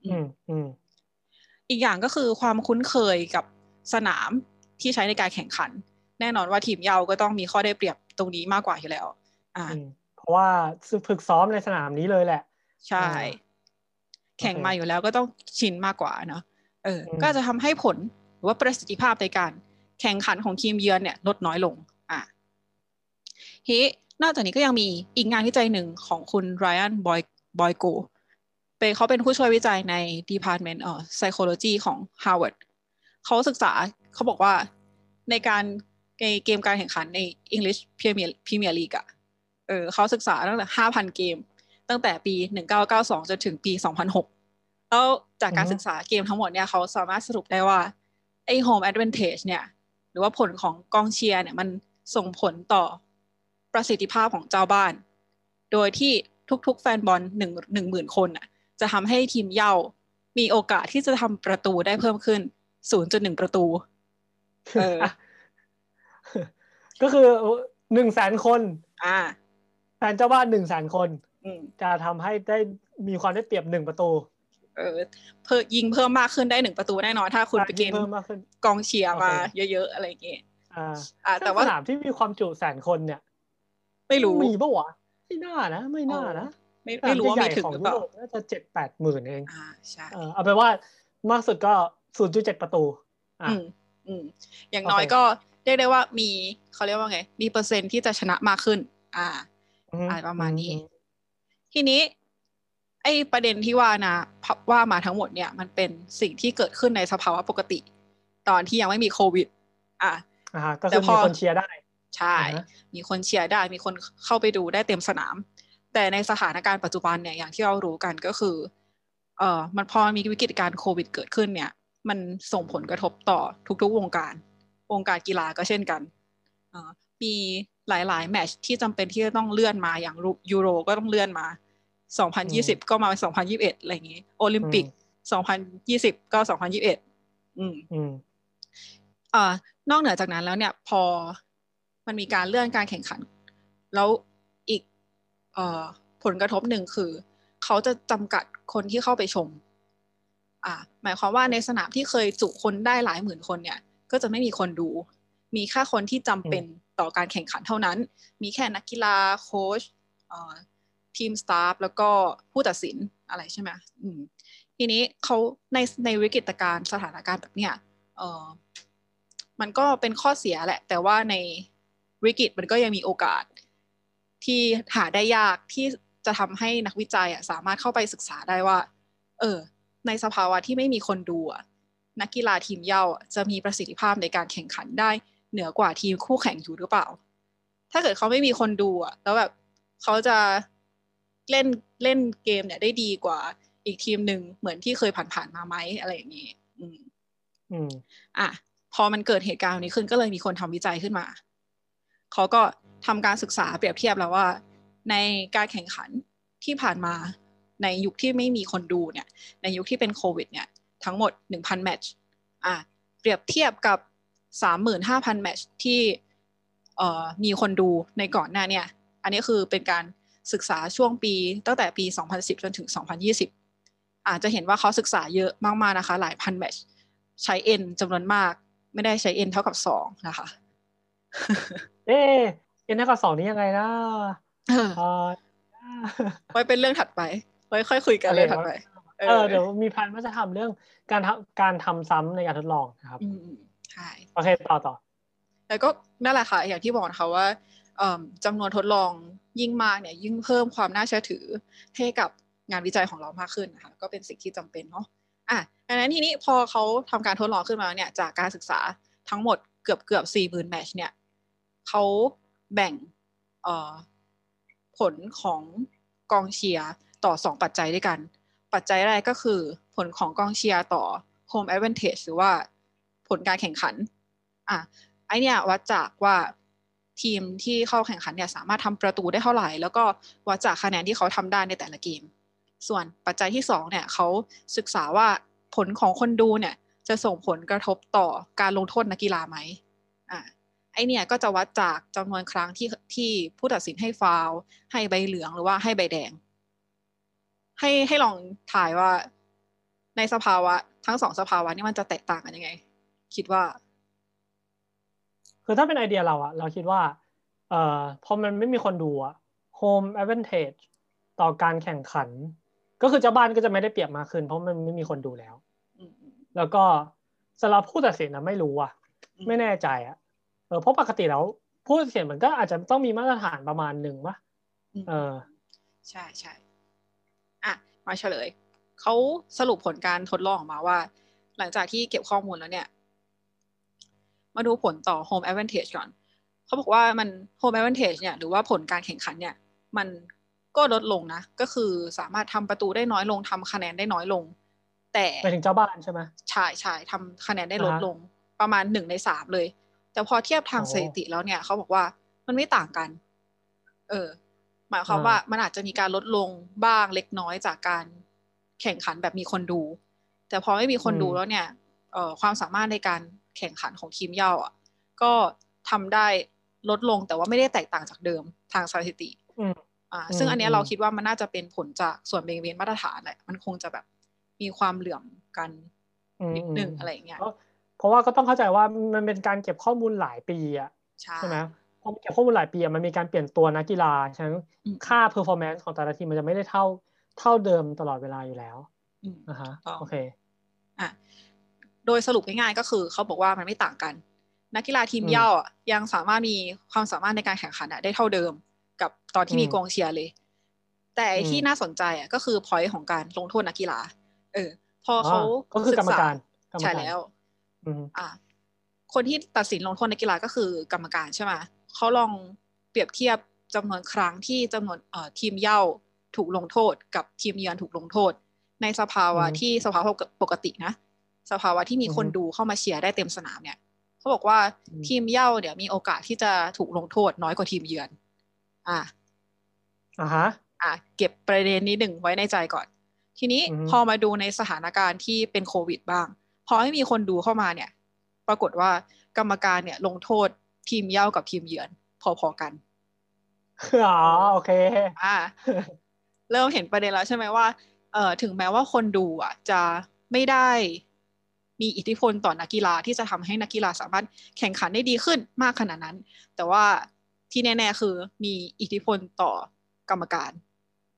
อีกอย่างก็คือความคุ้นเคยกับสนามที่ใช้ในการแข่งขันแน่นอนว่าทีมเยาว์ก็ต้องมีข้อได้เปรียบตรงนี้มากกว่าอยู่แล้วเพราะว่าฝึกซ้อมในสนามนี้เลยแหละใช่แข่งมาอยู่แล้วก็ต้องชินมากกว่าเนาะก็จะทำให้ผลหรือว่าประสิทธิภาพในการแข่งขันของทีมเยือนเนี่ยลดน้อยลงนอกจากนี้ก็ยังมีอีกงานวิจัยหนึ่งของคุณไรอันบอยโกเขาเป็นผู้ช่วยวิจัยใน Department of Psychology ของ Harvard เขาศึกษาเขาบอกว่าในเกมการแข่งขันใน English Premier League เขาศึกษาตั้งแต่ 5,000 เกมตั้งแต่ปี 1992 จนถึงปี 2006 แล้วจากการศึกษาเกมทั้งหมดเนี่ยเขาสามารถสรุปได้ว่าไอ้ home advantage เนี่ยหรือว่าผลของกองเชียร์เนี่ยมันส่งผลต่อประสิทธิภาพของเจ้าบ้านโดยที่ทุกๆแฟนบอล10,000 คนจะทำให้ทีมเย่ามีโอกาสที่จะทำประตูได้เพิ่มขึ้น 0.1 ประตูก็คือ 100,000 คนแฟนเจ้าบ้าน 100,000 คนจะทำให้ได้มีความได้เปรียบ1 ประตูเพิ่มยิงเพิ่มมากขึ้นได้1 ประตูแน่นอนถ้าคุณไปเกณฑ์กองเชียร์มาเยอะๆอะไรอย่างเงี้ยแต่ว่าสนามที่มีความจุ100,000 คนเนี่ยไม่รู้มีปะวะไม่น่านะไม่รู้ว่ามีถึงหรือเปล่าน่าจะ7-8 หมื่นเองใช่เอาไปว่ามากสุดก็ 0.7 ประตูอย่างน้อยก็เรียกได้ว่ามีเขาเรียกว่าไงมีเปอร์เซ็นต์ที่จะชนะมากขึ้นประมาณนี้ทีนี้ไอ้ประเด็นที่ว่ามาทั้งหมดเนี่ยมันเป็นสิ่งที่เกิดขึ้นในสภาวะปกติตอนที่ยังไม่มีโควิดก็คือมีคนเชียร์ได้ใช่มีคนเชียร์ได้มีคนเข้าไปดูได้เต็มสนามแต่ในสถานการณ์ปัจจุบันเนี่ยอย่างที่เรารู้กันก็คือมันพอมีวิกฤตการณ์โควิดเกิดขึ้นเนี่ยมันส่งผลกระทบต่อทุกๆวงการกีฬาก็เช่นกันมีหลายๆแมตช์ที่จำเป็นที่จะต้องเลื่อนมาอย่างยูโรก็ต้องเลื่อนมา2020ก็มาเป็น2021อะไรอย่างงี้โอลิมปิก2020ก็2021นอกเหนือจากนั้นแล้วเนี่ยพอมันมีการเลื่อนการแข่งขันแล้วอีกผลกระทบหนึ่งคือเขาจะจำกัดคนที่เข้าไปชมหมายความว่าในสนามที่เคยจุคนได้หลายหมื่นคนเนี่ยก็จะไม่มีคนดูมีแค่คนที่จำเป็นต่อการแข่งขันเท่านั้นมีแค่นักกีฬาโค้ชทีมสตาฟแล้วก็ผู้ตัดสินอะไรใช่ไหมทีนี้เขาในวิกฤตการณ์สถานการณ์แบบเนี้ยมันก็เป็นข้อเสียแหละแต่ว่าในวิกฤตมันก็ยังมีโอกาสที่หาได้ยากที่จะทำให้นักวิจัยสามารถเข้าไปศึกษาได้ว่าในสภาวะที่ไม่มีคนดูนักกีฬาทีมเหย้าจะมีประสิทธิภาพในการแข่งขันได้เหนือกว่าทีมคู่แข่งอยู่หรือเปล่าถ้าเกิดเขาไม่มีคนดูแล้วแบบเขาจะเล่นเกมเนี่ยได้ดีกว่าอีกทีมหนึ่งเหมือนที่เคยผ่านๆมาไหมอะไรอย่างนี้พอมันเกิดเหตุการณ์นี้ขึ้นก็เลยมีคนทำวิจัยขึ้นมาเขาก็ทำการศึกษาเปรียบเทียบแล้วว่าในการแข่งขันที่ผ่านมาในยุคที่ไม่มีคนดูเนี่ยในยุคที่เป็นโควิดเนี่ยทั้งหมด 1,000 แมตช์เปรียบเทียบกับ 35,000 แมตช์ที่มีคนดูในก่อนหน้าเนี่ยอันนี้คือเป็นการศึกษาช่วงปีตั้งแต่ปี 2010 จนถึง 2020อาจจะเห็นว่าเขาศึกษาเยอะมากๆนะคะหลายพันแมตช์ใช้ n จำนวนมากไม่ได้ใช้ n เท่ากับ2นะคะ n เท่ากับ2นี่ยังไงนะไว้เป็นเรื่องถัดไปไว้ค่อยคุยกันเรื่องถัดไปเดี๋ยวมีแผนว่าจะทำเรื่องการทำซ้ำในการทดลองนะครับใช่โอเคต่อแล้วก็นั่นแหละค่ะอย่างที่บอกนะคะว่าจำนวนทดลองยิ่งมากเนี่ยยิ่งเพิ่มความน่าเชื่อถือให้กับงานวิจัยของเรามากขึ้นนะคะก็เป็นสิ่งที่จำเป็นเนาะดังนั้นทีนี้พอเขาทำการทดลองขึ้นมาเนี่ยจากการศึกษาทั้งหมดเกือบ 40,000 แมตช์เนี่ยเขาแบ่งผลของกองเชียร์ต่อ2ปัจจัยด้วยกันปัจจัยแรกก็คือผลของกองเชียร์ต่อ home advantage หรือว่าผลการแข่งขันไอเนี่ยวัดจากว่าทีมที่เข้าแข่งขันเนี่ยสามารถทำประตูได้เท่าไหร่แล้วก็วัดจากคะแนนที่เขาทำได้ในแต่ละเกมส่วนปัจจัยที่2เนี่ยเขาศึกษาว่าผลของคนดูเนี่ยจะส่งผลกระทบต่อการลงโทษนักกีฬาไหมไอเนี่ยก็จะวัดจากจำนวนครั้งที่ผู้ตัดสินให้ฟาวล์ให้ใบเหลืองหรือว่าให้ใบแดงให้ลองถ่ายว่าในสภาวะทั้ง2สภาวะนี่มันจะแตกต่างกันยังไงคิดว่าคือถ้าเป็นไอเดียเราคิดว่าพอมันไม่มีคนดูhome advantage ต่อการแข่งขันก็คือเจ้าบ้านก็จะไม่ได้เปรียบมากขึ้นเพราะมันไม่มีคนดูแล้วแล้วก็สำหรับผู้ตัดสินไม่รู้ไม่แน่ใจเพราะปกติแล้วผู้ตัดสินมันก็อาจจะต้องมีมาตรฐานประมาณหนึ่งป่ะใช่ใช่มาเฉลยเขาสรุปผลการทดลองออกมาว่าหลังจากที่เก็บข้อมูลแล้วเนี่ยมาดูผลต่อ home advantage ก่อนเขาบอกว่ามัน home advantage เนี่ยหรือว่าผลการแข่งขันเนี่ยมันก็ลดลงนะก็คือสามารถทำประตูได้น้อยลงทำคะแนนได้น้อยลงแต่ไปถึงเจ้าบ้านใช่ไหมใช่ทำคะแนนได้ลดลงประมาณ1 ใน 3เลยแต่พอเทียบทางสถิติแล้วเนี่ยเขาบอกว่ามันไม่ต่างกันหมายความว่ามันอาจจะมีการลดลงบ้างเล็กน้อยจากการแข่งขันแบบมีคนดูแต่พอไม่มีคนดูแล้วเนี่ยความสามารถในการแข่งขันของทีมเหย้าก็ทำได้ลดลงแต่ว่าไม่ได้แตกต่างจากเดิมทางสถิติซึ่งอันนี้เราคิดว่ามันน่าจะเป็นผลจากส่วนแบ่งเบนมาตรฐานแหละมันคงจะแบบมีความเหลื่อมกันนิดนึงอะไรอย่างเงี้ยเพราะว่าก็ต้องเข้าใจว่ามันเป็นการเก็บข้อมูลหลายปีใช่ไหมพอเก็บข้อมูลหลายปีมันมีการเปลี่ยนตัวนักกีฬาฉะนั้นค่า performance ของแต่ละทีมมันจะไม่ได้เท่าเดิมตลอดเวลาอยู่แล้วโอเคโดยสรุปง่ายๆก็คือเขาบอกว่ามันไม่ต่างกันนักกีฬาทีมเหย้ายังสามารถมีความสามารถในการแข่งขันได้เท่าเดิมกับตอนที่มีกองเชียร์เลยแต่ที่น่าสนใจก็คือ point ของการลงโทษนักกีฬาพอเขาก็คือกรรมการใช่แล้วคนที่ตัดสินลงโทษนักกีฬาก็คือกรรมการใช่ไหมเขาลองเปรียบเทียบจำนวนครั้งที่จำนวนทีมเหย้าถูกลงโทษกับทีมเยือนถูกลงโทษในสภาวะที่สภาวะปกตินะสภาวะที่มีคนดูเข้ามาเชียร์ได้เต็มสนามเนี่ยเขาบอกว่าทีมเหย้าเนี่ยมีโอกาสที่จะถูกลงโทษน้อยกว่าทีมเยือนเก็บประเด็นนี้หนึ่งไว้ในใจก่อนทีนี้พอมาดูในสถานการณ์ที่เป็นโควิดบ้างพอไม่มีคนดูเข้ามาเนี่ยปรากฏว่ากรรมการเนี่ยลงโทษทีมเหย้ากับทีมเยือนพอๆกันโอเคเริ่มเห็นประเด็นแล้วใช่ไหมว่าถึงแม้ว่าคนดูจะไม่ได้มีอิทธิพลต่อนักกีฬาที่จะทำให้นักกีฬาสามารถแข่งขันได้ดีขึ้นมากขนาดนั้นแต่ว่าที่แน่ๆคือมีอิทธิพลต่อกรรมการ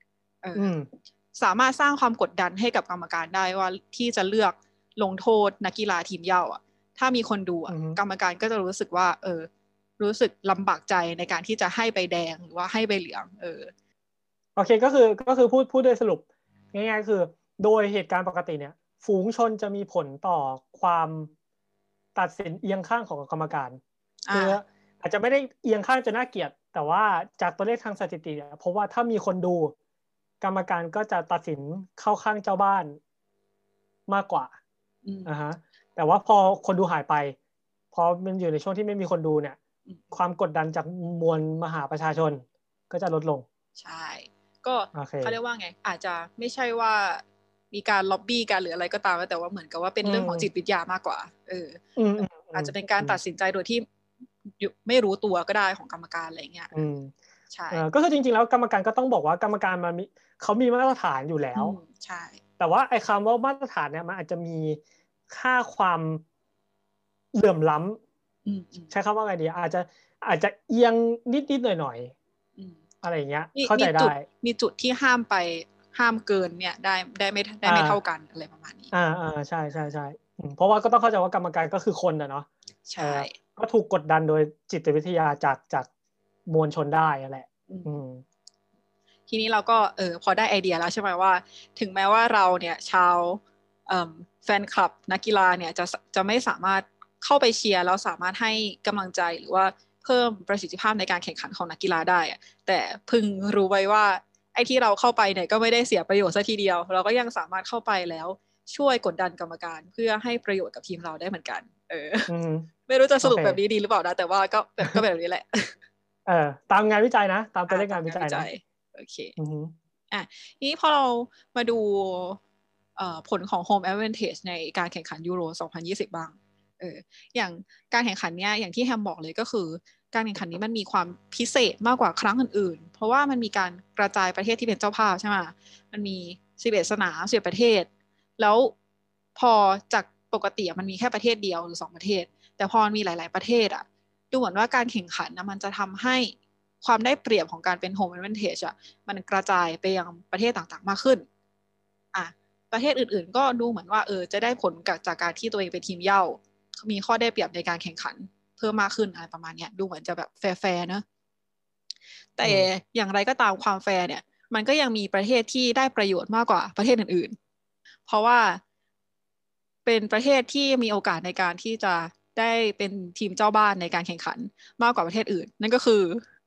สามารถสร้างความกดดันให้กับกรรมการได้ว่าที่จะเลือกลงโทษนักกีฬาทีมเหย้าอ่ะถ้ามีคนดูอ่ะกรรมการก็จะรู้สึกว่ารู้สึกลำบากใจในการที่จะให้ใบแดงหรือว่าให้ใบเหลืองโอเคก็คือพูดโดยสรุปง่ายๆคือโดยเหตุการณ์ปกติเนี่ยฝูงชนจะมีผลต่อความตัดสินเอียงข้างของกรรมการคืออาจจะไม่ได้เอียงข้างจนน่าเกลียดแต่ว่าจากตัวเลขทางสถิติเนี่ยเพราะว่าถ้ามีคนดูกรรมการก็จะตัดสินเข้าข้างเจ้าบ้านมากกว่าแต่ว่าพอคนดูหายไปพอมันอยู่ในช่วงที่ไม่มีคนดูเนี่ยความกดดันจากมวลมหาประชาชนก็จะลดลงใช่ก็เขาเรียกว่าไงอาจจะไม่ใช่ว่ามีการล็อบบี้กันหรืออะไรก็ตามแต่ว่าเหมือนกับว่าเป็นเรื่องของจิตวิทยามากกว่าอาจจะเป็นการตัดสินใจโดยที่ไม่รู้ตัวก็ได้ของกรรมการอะไรเงี้ยใช่ก็คือจริงๆแล้วกรรมการก็ต้องบอกว่ากรรมการมันเขามีมาตรฐานอยู่แล้วใช่แต่ว่าไอ้คำว่ามาตรฐานเนี่ยมันอาจจะมีค่าความเหลื่อมล้ำใช้คำว่าไงดีอาจจะเอียงนิดหน่อยอะไรอย่างเงี้ยเข้าใจได้มีจุดที่ห้ามเกินเนี่ยได้ไม่เท่ากันอะไรประมาณนี้ใช่เพราะว่าก็ต้องเข้าใจว่ากรรมการก็คือคนนะเนาะใช่ก็ถูกกดดันโดยจิตวิทยาจากมวลชนได้แหละทีนี้เราก็พอได้ไอเดียแล้วใช่ไหมว่าถึงแม้ว่าเราเนี่ยชาวแฟนคลับนักกีฬาเนี่ยจะไม่สามารถเข้าไปเชียร์แล้วสามารถให้กำลังใจหรือว่าเพิ่มประสิทธิภาพในการแข่งขันของนักกีฬาได้แต่พึงรู้ไว้ว่าไอ้ที่เราเข้าไปเนี่ยก็ไม่ได้เสียประโยชน์ซะทีเดียวเราก็ยังสามารถเข้าไปแล้วช่วยกดดันกรรมการเพื่อให้ประโยชน์กับทีมเราได้เหมือนกันไม่รู้จะสรุปแบบนี้ดีหรือเปล่านะแต่ว่าก็แบบนี้แหละตามงานวิจัยนะตามตัวเลขงานวิจัยนะโอเคนี้พอเรามาดูผลของ Home Advantage ในการแข่งขันยูโร 2020 บ้างอย่างการแข่งขันเนี้ยอย่างที่แฮมบอกเลยก็คือการแข่งขันนี้มันมีความพิเศษมากกว่าครั้งอื่นๆเพราะว่ามันมีการกระจายประเทศที่เป็นเจ้าภาพใช่ไหมมันมี11 สนาม11 ประเทศแล้วพอจากปกติมันมีแค่ประเทศเดียวหรือ2 ประเทศแต่พอมีหลายๆประเทศดูเหมือนว่าการแข่งขันนะมันจะทำให้ความได้เปรียบของการเป็น Home Advantage มันกระจายไปยังประเทศต่างๆมากขึ้นประเทศอื่นๆก็ดูเหมือนว่าจะได้ผลจากการที่ตัวเองเป็นทีมเหย้ามีข้อได้เปรียบในการแข่งขันเพิ่มมากขึ้นอะไรประมาณนี้ดูเหมือนจะแบบแฟร์ๆเนอะแต่อย่างไรก็ตามความแฟร์เนี่ยมันก็ยังมีประเทศที่ได้ประโยชน์มากกว่าประเทศอื่นๆเพราะว่าเป็นประเทศที่มีโอกาสในการที่จะได้เป็นทีมเจ้าบ้านในการแข่งขันมากกว่าประเทศอื่นนั่นก็คือ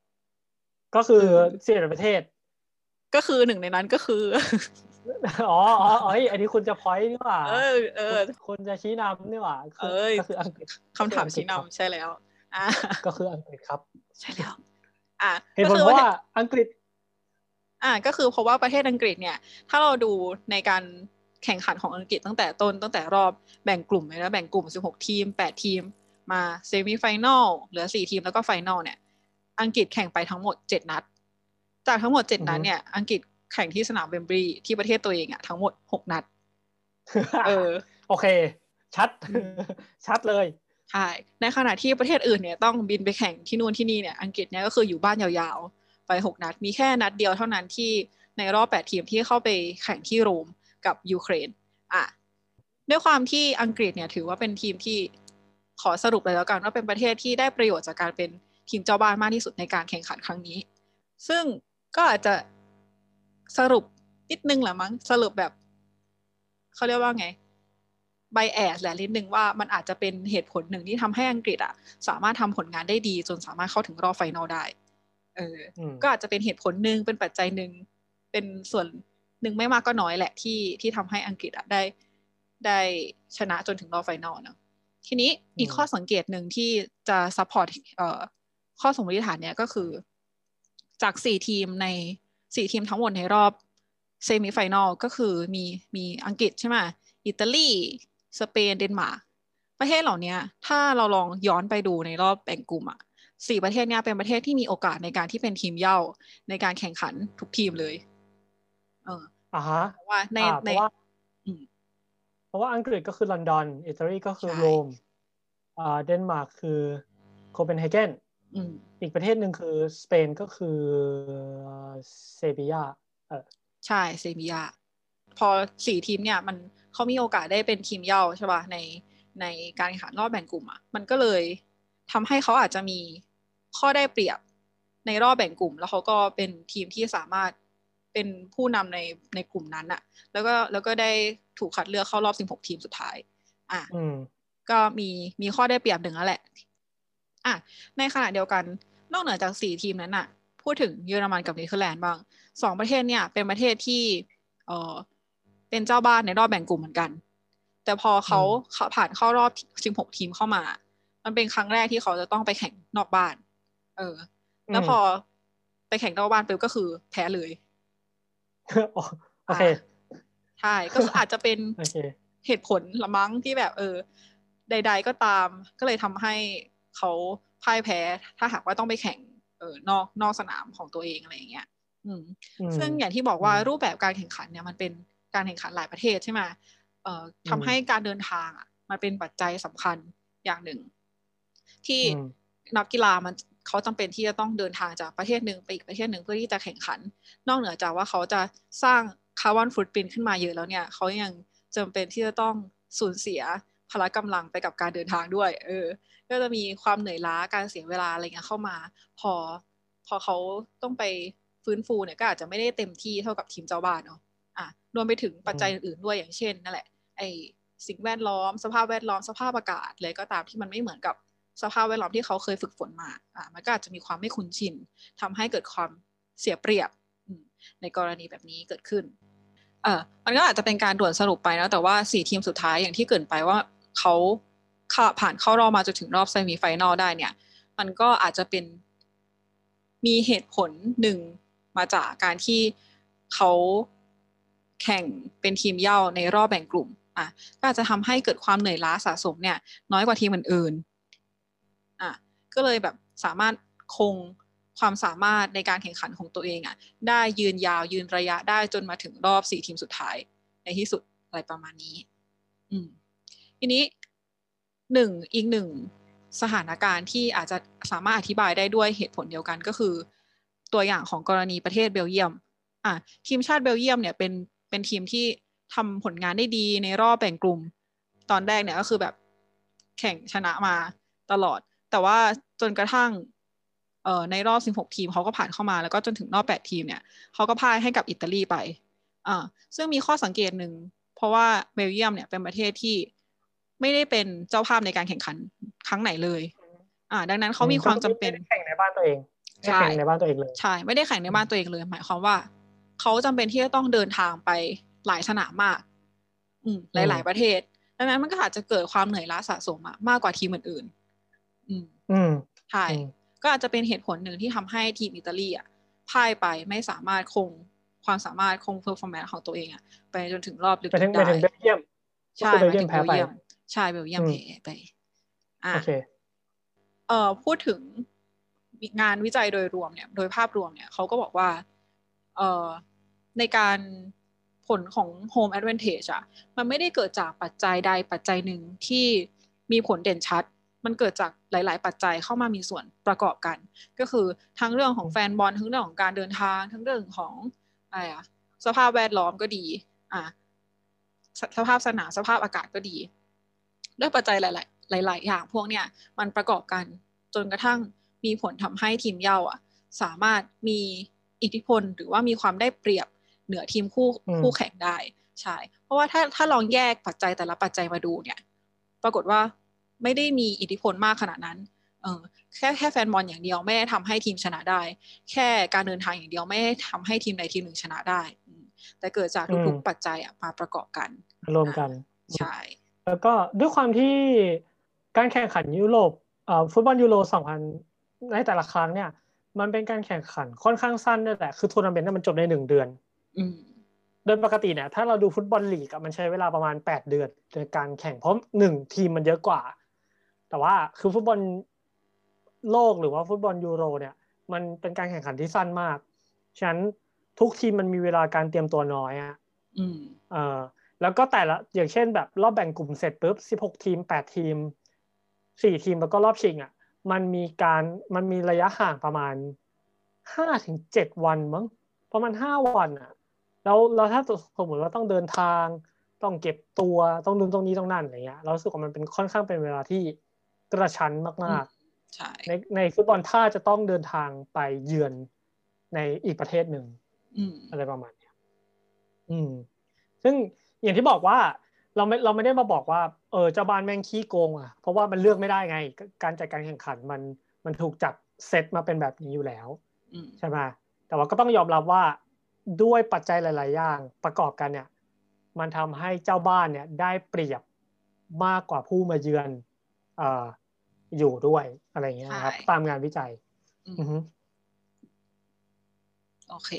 11 ประเทศก็คือหนึ่งในนั้นก็คืออันนี้คุณจะพอยต์นี่หว่าคุณจะชี้นำนี่หว่าก็คืออังกฤษคำถามชี้นำใช่แล้วก็คืออังกฤษครับใช่แล้วเหตุผลเพราะว่าอังกฤษก็คือเพราะว่าประเทศอังกฤษเนี่ยถ้าเราดูในการแข่งขันของอังกฤษตั้งแต่รอบแบ่งกลุ่มเลยนะแบ่งกลุ่ม16 ทีม8 ทีมมาเซมิไฟแนลเหลือ4 ทีมแล้วก็ไฟแนลเนี่ยอังกฤษแข่งไปทั้งหมด7 นัดจากทั้งหมด7 นัดเนี่ยอังกฤษแข่งที่สนามเวมบลีย์ที่ประเทศตัวเองทั้งหมด6 นัดโอเคชัดเลยใช่ในขณะที่ประเทศอื่นเนี่ยต้องบินไปแข่งที่นู่นที่นี่เนี่ยอังกฤษเนี่ยก็คืออยู่บ้านยาวๆไป6 นัดมีแค่นัดเดียวเท่านั้นที่ในรอบ8 ทีมที่เข้าไปแข่งที่โรมกับยูเครนด้วยความที่อังกฤษเนี่ยถือว่าเป็นทีมที่ขอสรุปเลยแล้วกันว่าเป็นประเทศที่ได้ประโยชน์จากการเป็นทีมเจ้าบ้านมากที่สุดในการแข่งขันครั้งนี้ซึ่งก็อาจจะสรุปนิดนึงแหละมั้งสรุปแบบเขาเรียกว่าไงไบแอสแหละนิดนึงว่ามันอาจจะเป็นเหตุผลหนึ่งที่ทำให้อังกฤษสามารถทำผลงานได้ดีจนสามารถเข้าถึงรอบไฟนอลได้ก็อาจจะเป็นเหตุผลหนึ่งเป็นปัจจัยหนึ่งเป็นส่วนหนึ่งไม่มากก็น้อยแหละที่ทำให้อังกฤษได้ชนะจนถึงรอบไฟนอลเนาะทีนี้อีกข้อสังเกตหนึ่งที่จะซัพพอร์ตข้อสมมติฐานเนี่ยก็คือจาก4 ทีมใน4 ทีมทั้งหมดในรอบเซมิไฟแนลก็คือมีอังกฤษใช่ไหมอิตาลีสเปนเดนมาร์กประเทศเหล่านี้ถ้าเราลองย้อนไปดูในรอบแบ่งกลุ่ม4 ประเทศนี้เป็นประเทศที่มีโอกาสในการที่เป็นทีมเหย้าในการแข่งขันทุกทีมเลยเพราะว่าเพราะว่าอังกฤษก็คือลอนดอนอิตาลีก็คือโรมเดนมาร์กคือโคเปนเฮเกนอีกประเทศหนึ่งคือสเปนก็คือเซบียาใใช่เซมิยาพอ4ทีมเนี่ยเขามีโอกาสได้เป็นทีมเย่าใช่ป่ะในการแข่งขันรอบแบ่งกลุ่มอ่ะมันก็เลยทำให้เขาอาจจะมีข้อได้เปรียบในรอบแบ่งกลุ่มแล้วเขาก็เป็นทีมที่สามารถเป็นผู้นำในกลุ่มนั้นอ่ะแล้วก็ได้ถูกคัดเลือกเข้ารอบ16ทีมสุดท้ายอ่ะก็มีข้อได้เปรียบหนึ่งแล้วแหละอ่ะในขณะเดียวกันนอกเหนือจาก4ทีมนั้นอ่ะพูดถึงเยอรมันกับเนเธอร์แลนด์บ้าง2ประเทศเนี่ยเป็นประเทศที่เป็นเจ้าบ้านในรอบแบ่งกลุ่มเหมือนกันแต่พอเขาผ่านเข้ารอบ16ทีมเข้ามามันเป็นครั้งแรกที่เขาจะต้องไปแข่งนอกบ้านแล้วพอไปแข่งนอกบ้านปุ๊บก็คือแพ้เลยโอเคใช่ก็อาจจะเป็นเหตุผลละมั้งที่แบบใดๆก็ตามก็เลยทำให้เขาพ่ายแพ้ถ้าหากว่าต้องไปแข่งนอกสนามของตัวเองอะไรอย่างเงี้ยซึ่งอย่างที่บอกว่ารูปแบบการแข่งขันเนี่ยมันเป็นการแข่งขันหลายประเทศใช่ไหมทำให้การเดินทางอ่ะมันเป็นปัจจัยสำคัญอย่างหนึ่งที่นักกีฬาเขาจำเป็นที่จะต้องเดินทางจากประเทศหนึ่งไปอีกประเทศหนึ่งเพื่อที่จะแข่งขันนอกเหนือจากว่าเขาจะสร้างคาร์บอนฟุตปรินท์ขึ้นมาเยอะแล้วเนี่ยเขายังจำเป็นที่จะต้องสูญเสียพละกำลังไปกับการเดินทางด้วยก็จะมีความเหนื่อยล้าการเสียเวลาอะไรเงี้ยเข้ามาพอเขาต้องไปฟื้นฟูเนี่ยก็อาจจะไม่ได้เต็มที่เท่ากับทีมเจ้าบ้านเนาะรวมไปถึงปัจจัยอื่นๆด้วยอย่างเช่นนั่นแหละไอสิ่งแวดล้อมสภาพแวดล้อมสภาพอากาศเลยก็ตามที่มันไม่เหมือนกับสภาพแวดล้อมที่เขาเคยฝึกฝนมามันก็อาจจะมีความไม่คุ้นชินทำให้เกิดความเสียเปรียบในกรณีแบบนี้เกิดขึ้นมันก็อาจจะเป็นการด่วนสรุปไปนะแต่ว่า4ทีมสุดท้ายอย่างที่เกริ่นไปว่าเขาผ่านเข้ารอบมาจนถึงรอบเซมิไฟแนลได้เนี่ยมันก็อาจจะเป็นมีเหตุผลหนึ่งมาจากการที่เขาแข่งเป็นทีมเย่าในรอบแบ่งกลุ่มก็อาจจะทำให้เกิดความเหนื่อยล้าสะสมเนี่ยน้อยกว่าทีมอื่นๆก็เลยแบบสามารถคงความสามารถในการแข่งขันของตัวเองได้ยืนยาวยืนระยะได้จนมาถึงรอบ4ทีมสุดท้ายในที่สุดอะไรประมาณนี้ทีนี้อีกหนึ่งสถานการณ์ที่อาจจะสามารถอธิบายได้ด้วยเหตุผลเดียวกันก็คือตัวอย่างของกรณีประเทศเบลเยียมทีมชาติเบลเยียมเนี่ยเป็นทีมที่ทำผลงานได้ดีในรอบแบ่งกลุ่มตอนแรกเนี่ยก็คือแบบแข่งชนะมาตลอดแต่ว่าจนกระทั่งในรอบ16ทีมเขาก็ผ่านเข้ามาแล้วก็จนถึงรอบ8ทีมเนี่ยเขาก็พ่ายให้กับอิตาลีไปซึ่งมีข้อสังเกตหนึ่งเพราะว่าเบลเยียมเนี่ยเป็นประเทศที่ไม่ได้เป็นเจ้าภาพในการแข่งขันครั้งไหนเลยดังนั้นเขามีความจำเป็นแข่งในบ้านตัวเองแข่งในบ้านตัวเองเลยใช่ไม่ได้แข่งในบ้านตัวเองเลยหมายความว่าเขาจำเป็นที่จะต้องเดินทางไปหลายสนามมากหลายๆประเทศดังนั้นมันก็อาจจะเกิดความเหนื่อยล้าสะสมมากกว่าทีมอื่นๆใช่ก็อาจจะเป็นเหตุผลหนึ่งที่ทำให้ทีมอิตาลีพ่ายไปไม่สามารถคงความสามารถคงเพอร์ฟอร์แมนซ์ของตัวเองไปจนถึงรอบลึกๆได้ไปถึงเบลเยียมใช่เบลเยียมแพ้ไปใช่เบลเยียมแพ้ไปโอเคพูดถึงงานวิจัยโดยรวมเนี่ยโดยภาพรวมเนี่ยเขาก็บอกว่าในการผลของ home advantage มันไม่ได้เกิดจากปัจจัยใดปัจจัยหนึ่งที่มีผลเด่นชัดมันเกิดจากหลายๆปัจจัยเข้ามามีส่วนประกอบกันก็คือทั้งเรื่องของแฟนบอลทั้งเรื่องของการเดินทางทั้งเรื่องของสภาพแวดล้อมก็ดีสภาพสนามสภาพอากาศก็ดีด้วยปัจจัยหลายอย่างพวกเนี้ยมันประกอบกันจนกระทั่งมีผลทำให้ทีมเย่าสามารถมีอิทธิพลหรือว่ามีความได้เปรียบเหนือทีมคู่แข่งได้ใช่เพราะว่าถ้าลองแยกปัจจัยแต่ละปัจจัยมาดูเนี่ยปรากฏว่าไม่ได้มีอิทธิพลมากขนาดนั้นแค่แฟนบอลอย่างเดียวไม่ได้ทำให้ทีมชนะได้แค่การเดินทางอย่างเดียวไม่ได้ทำให้ทีมใดทีมหนึ่งชนะได้แต่เกิดจากทุกๆปัจจัยมาประกอบกันรวมกันใช่แล้วก็ด้วยความที่การแข่งขันยุโรปฟุตบอลยูโร2000ในแต่ละครั้งเนี่ยมันเป็นการแข่งขันค่อนข้างสั้นนั่นแหละคือทัวร์นาเมนต์มันจบใน1 เดือนโดยปกติเนี่ยถ้าเราดูฟุตบอลลีกมันใช้เวลาประมาณ8 เดือนในการแข่งเพราะ1ทีมมันเยอะกว่าแต่ว่าคือฟุตบอลโลกหรือว่าฟุตบอลยูโรเนี่ยมันเป็นการแข่งขันที่สั้นมากฉะนั้นทุกทีมมันมีเวลาการเตรียมตัวน้อยแล้วก็แต่ละอย่างเช่นแบบรอบแบ่งกลุ่มเสร็จปุ๊บ16ทีม8ทีม4ทีมแล้วก็รอบชิงมันมีระยะห่างประมาณ5 ถึง 7 วันมั้งประมาณ5 วันแล้วถ้าสมมติว่าต้องเดินทางต้องเก็บตัวต้องนู่นตรงนี้ตรงนั่นอะไรเงี้ยเรารู้สึกว่ามันเป็นค่อนข้างเป็นเวลาที่กระชั้นมากใช่ๆในฟุตบอลถ้าจะต้องเดินทางไปเยือนในอีกประเทศหนึ่งอะไรประมาณนี้ซึ่งอย่างที่บอกว่าเราไม่ได้มาบอกว่าเจ้าบ้านแม่งขี้โกงอ่ะเพราะว่ามันเลือกไม่ได้ไงการจัดการแข่งขันมันถูกจัดเซตมาเป็นแบบนี้อยู่แล้วใช่ไหมแต่ว่าก็ต้องยอมรับว่าด้วยปัจจัยหลายๆอย่างประกอบกันเนี่ยมันทำให้เจ้าบ้านเนี่ยได้เปรียบมากกว่าผู้มาเยือนอยู่ด้วยอะไรอย่างเงี้ยนะครับตามงานวิจัยโอเค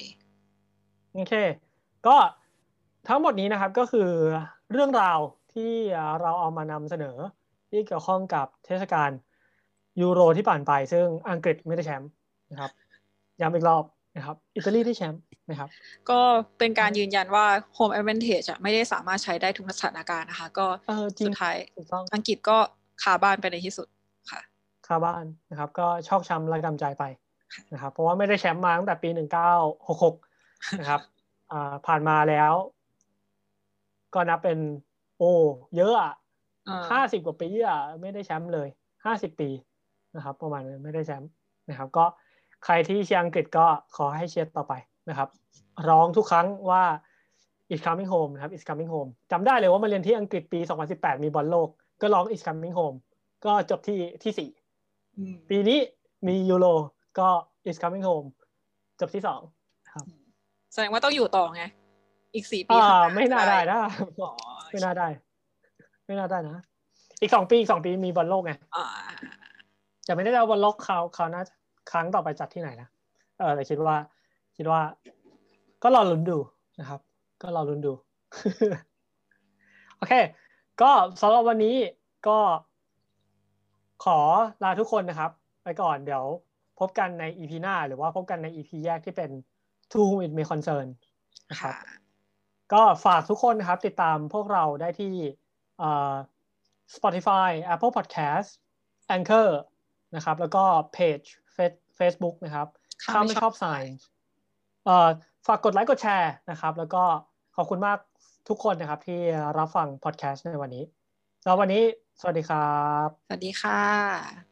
ก็ทั้งหมดนี้นะครับก็คือเรื่องราวที่เราเอามานำเสนอที่เกี่ยวข้องกับเทศกาลยูโรที่ผ่านไปซึ่งอังกฤษไม่ได้แชมป์นะครับย้ำอีกรอบนะครับอิตาลีได้แชมป์นะครับก็เป็นการยืนยันว่า home advantage ไม่ได้สามารถใช้ได้ทุกสถานการณ์นะคะก็สุดท้ายอังกฤษก็คาบ้านไปในที่สุดค่ะคาบ้านนะครับก็ชอกช้ำระกำใจไปนะครับเพราะว่าไม่ได้แชมป์มาตั้งแต่ปี1966นะครับผ่านมาแล้วก็นับเป็นเยอะอ่ะ50 กว่าปีอ่ะไม่ได้แชมป์เลย50 ปีนะครับประมาณนั้นไม่ได้แชมป์นะครับก็ใครที่เชียร์อังกฤษก็ขอให้เชียร์ต่อไปนะครับร้องทุกครั้งว่า It's coming home นะครับ It's coming home จำได้เลยว่ามาเรียนที่อังกฤษปี2018มีบอลโลกก็ร้อง It's coming home ก็จบที่4ปีนี้มียูโรก็ It's coming home จบที่2ครับแสดงว่าต้องอยู่ต่อไงอีก4 ปีข้างหน้าไม่น่าได้นะไม่น่าได้นะอีก2 ปีมีบอลโลกไงจะไม่ได้เอาบอลโลกเขาน่าครั้งต่อไปจัดที่ไหนนะแต่คิดว่าก็รอลุ้นดูนะครับก็รอลุ้นดูโอเคก็สำหรับวันนี้ก็ขอลาทุกคนนะครับไปก่อนเดี๋ยวพบกันใน EP หน้าหรือว่าพบกันใน EP แยกที่เป็น To Whom It May Concern นะครับก็ฝากทุกคนนะครับติดตามพวกเราได้ที่Spotify Apple Podcast Anchor นะครับแล้วก็เพจ Facebook นะครับข้าไม่ชอบ Science ฝากกดไลค์กดแชร์นะครับแล้วก็ขอบคุณมากทุกคนนะครับที่รับฟังพอดแคสต์ในวันนี้แล้ววันนี้สวัสดีครับสวัสดีค่ะ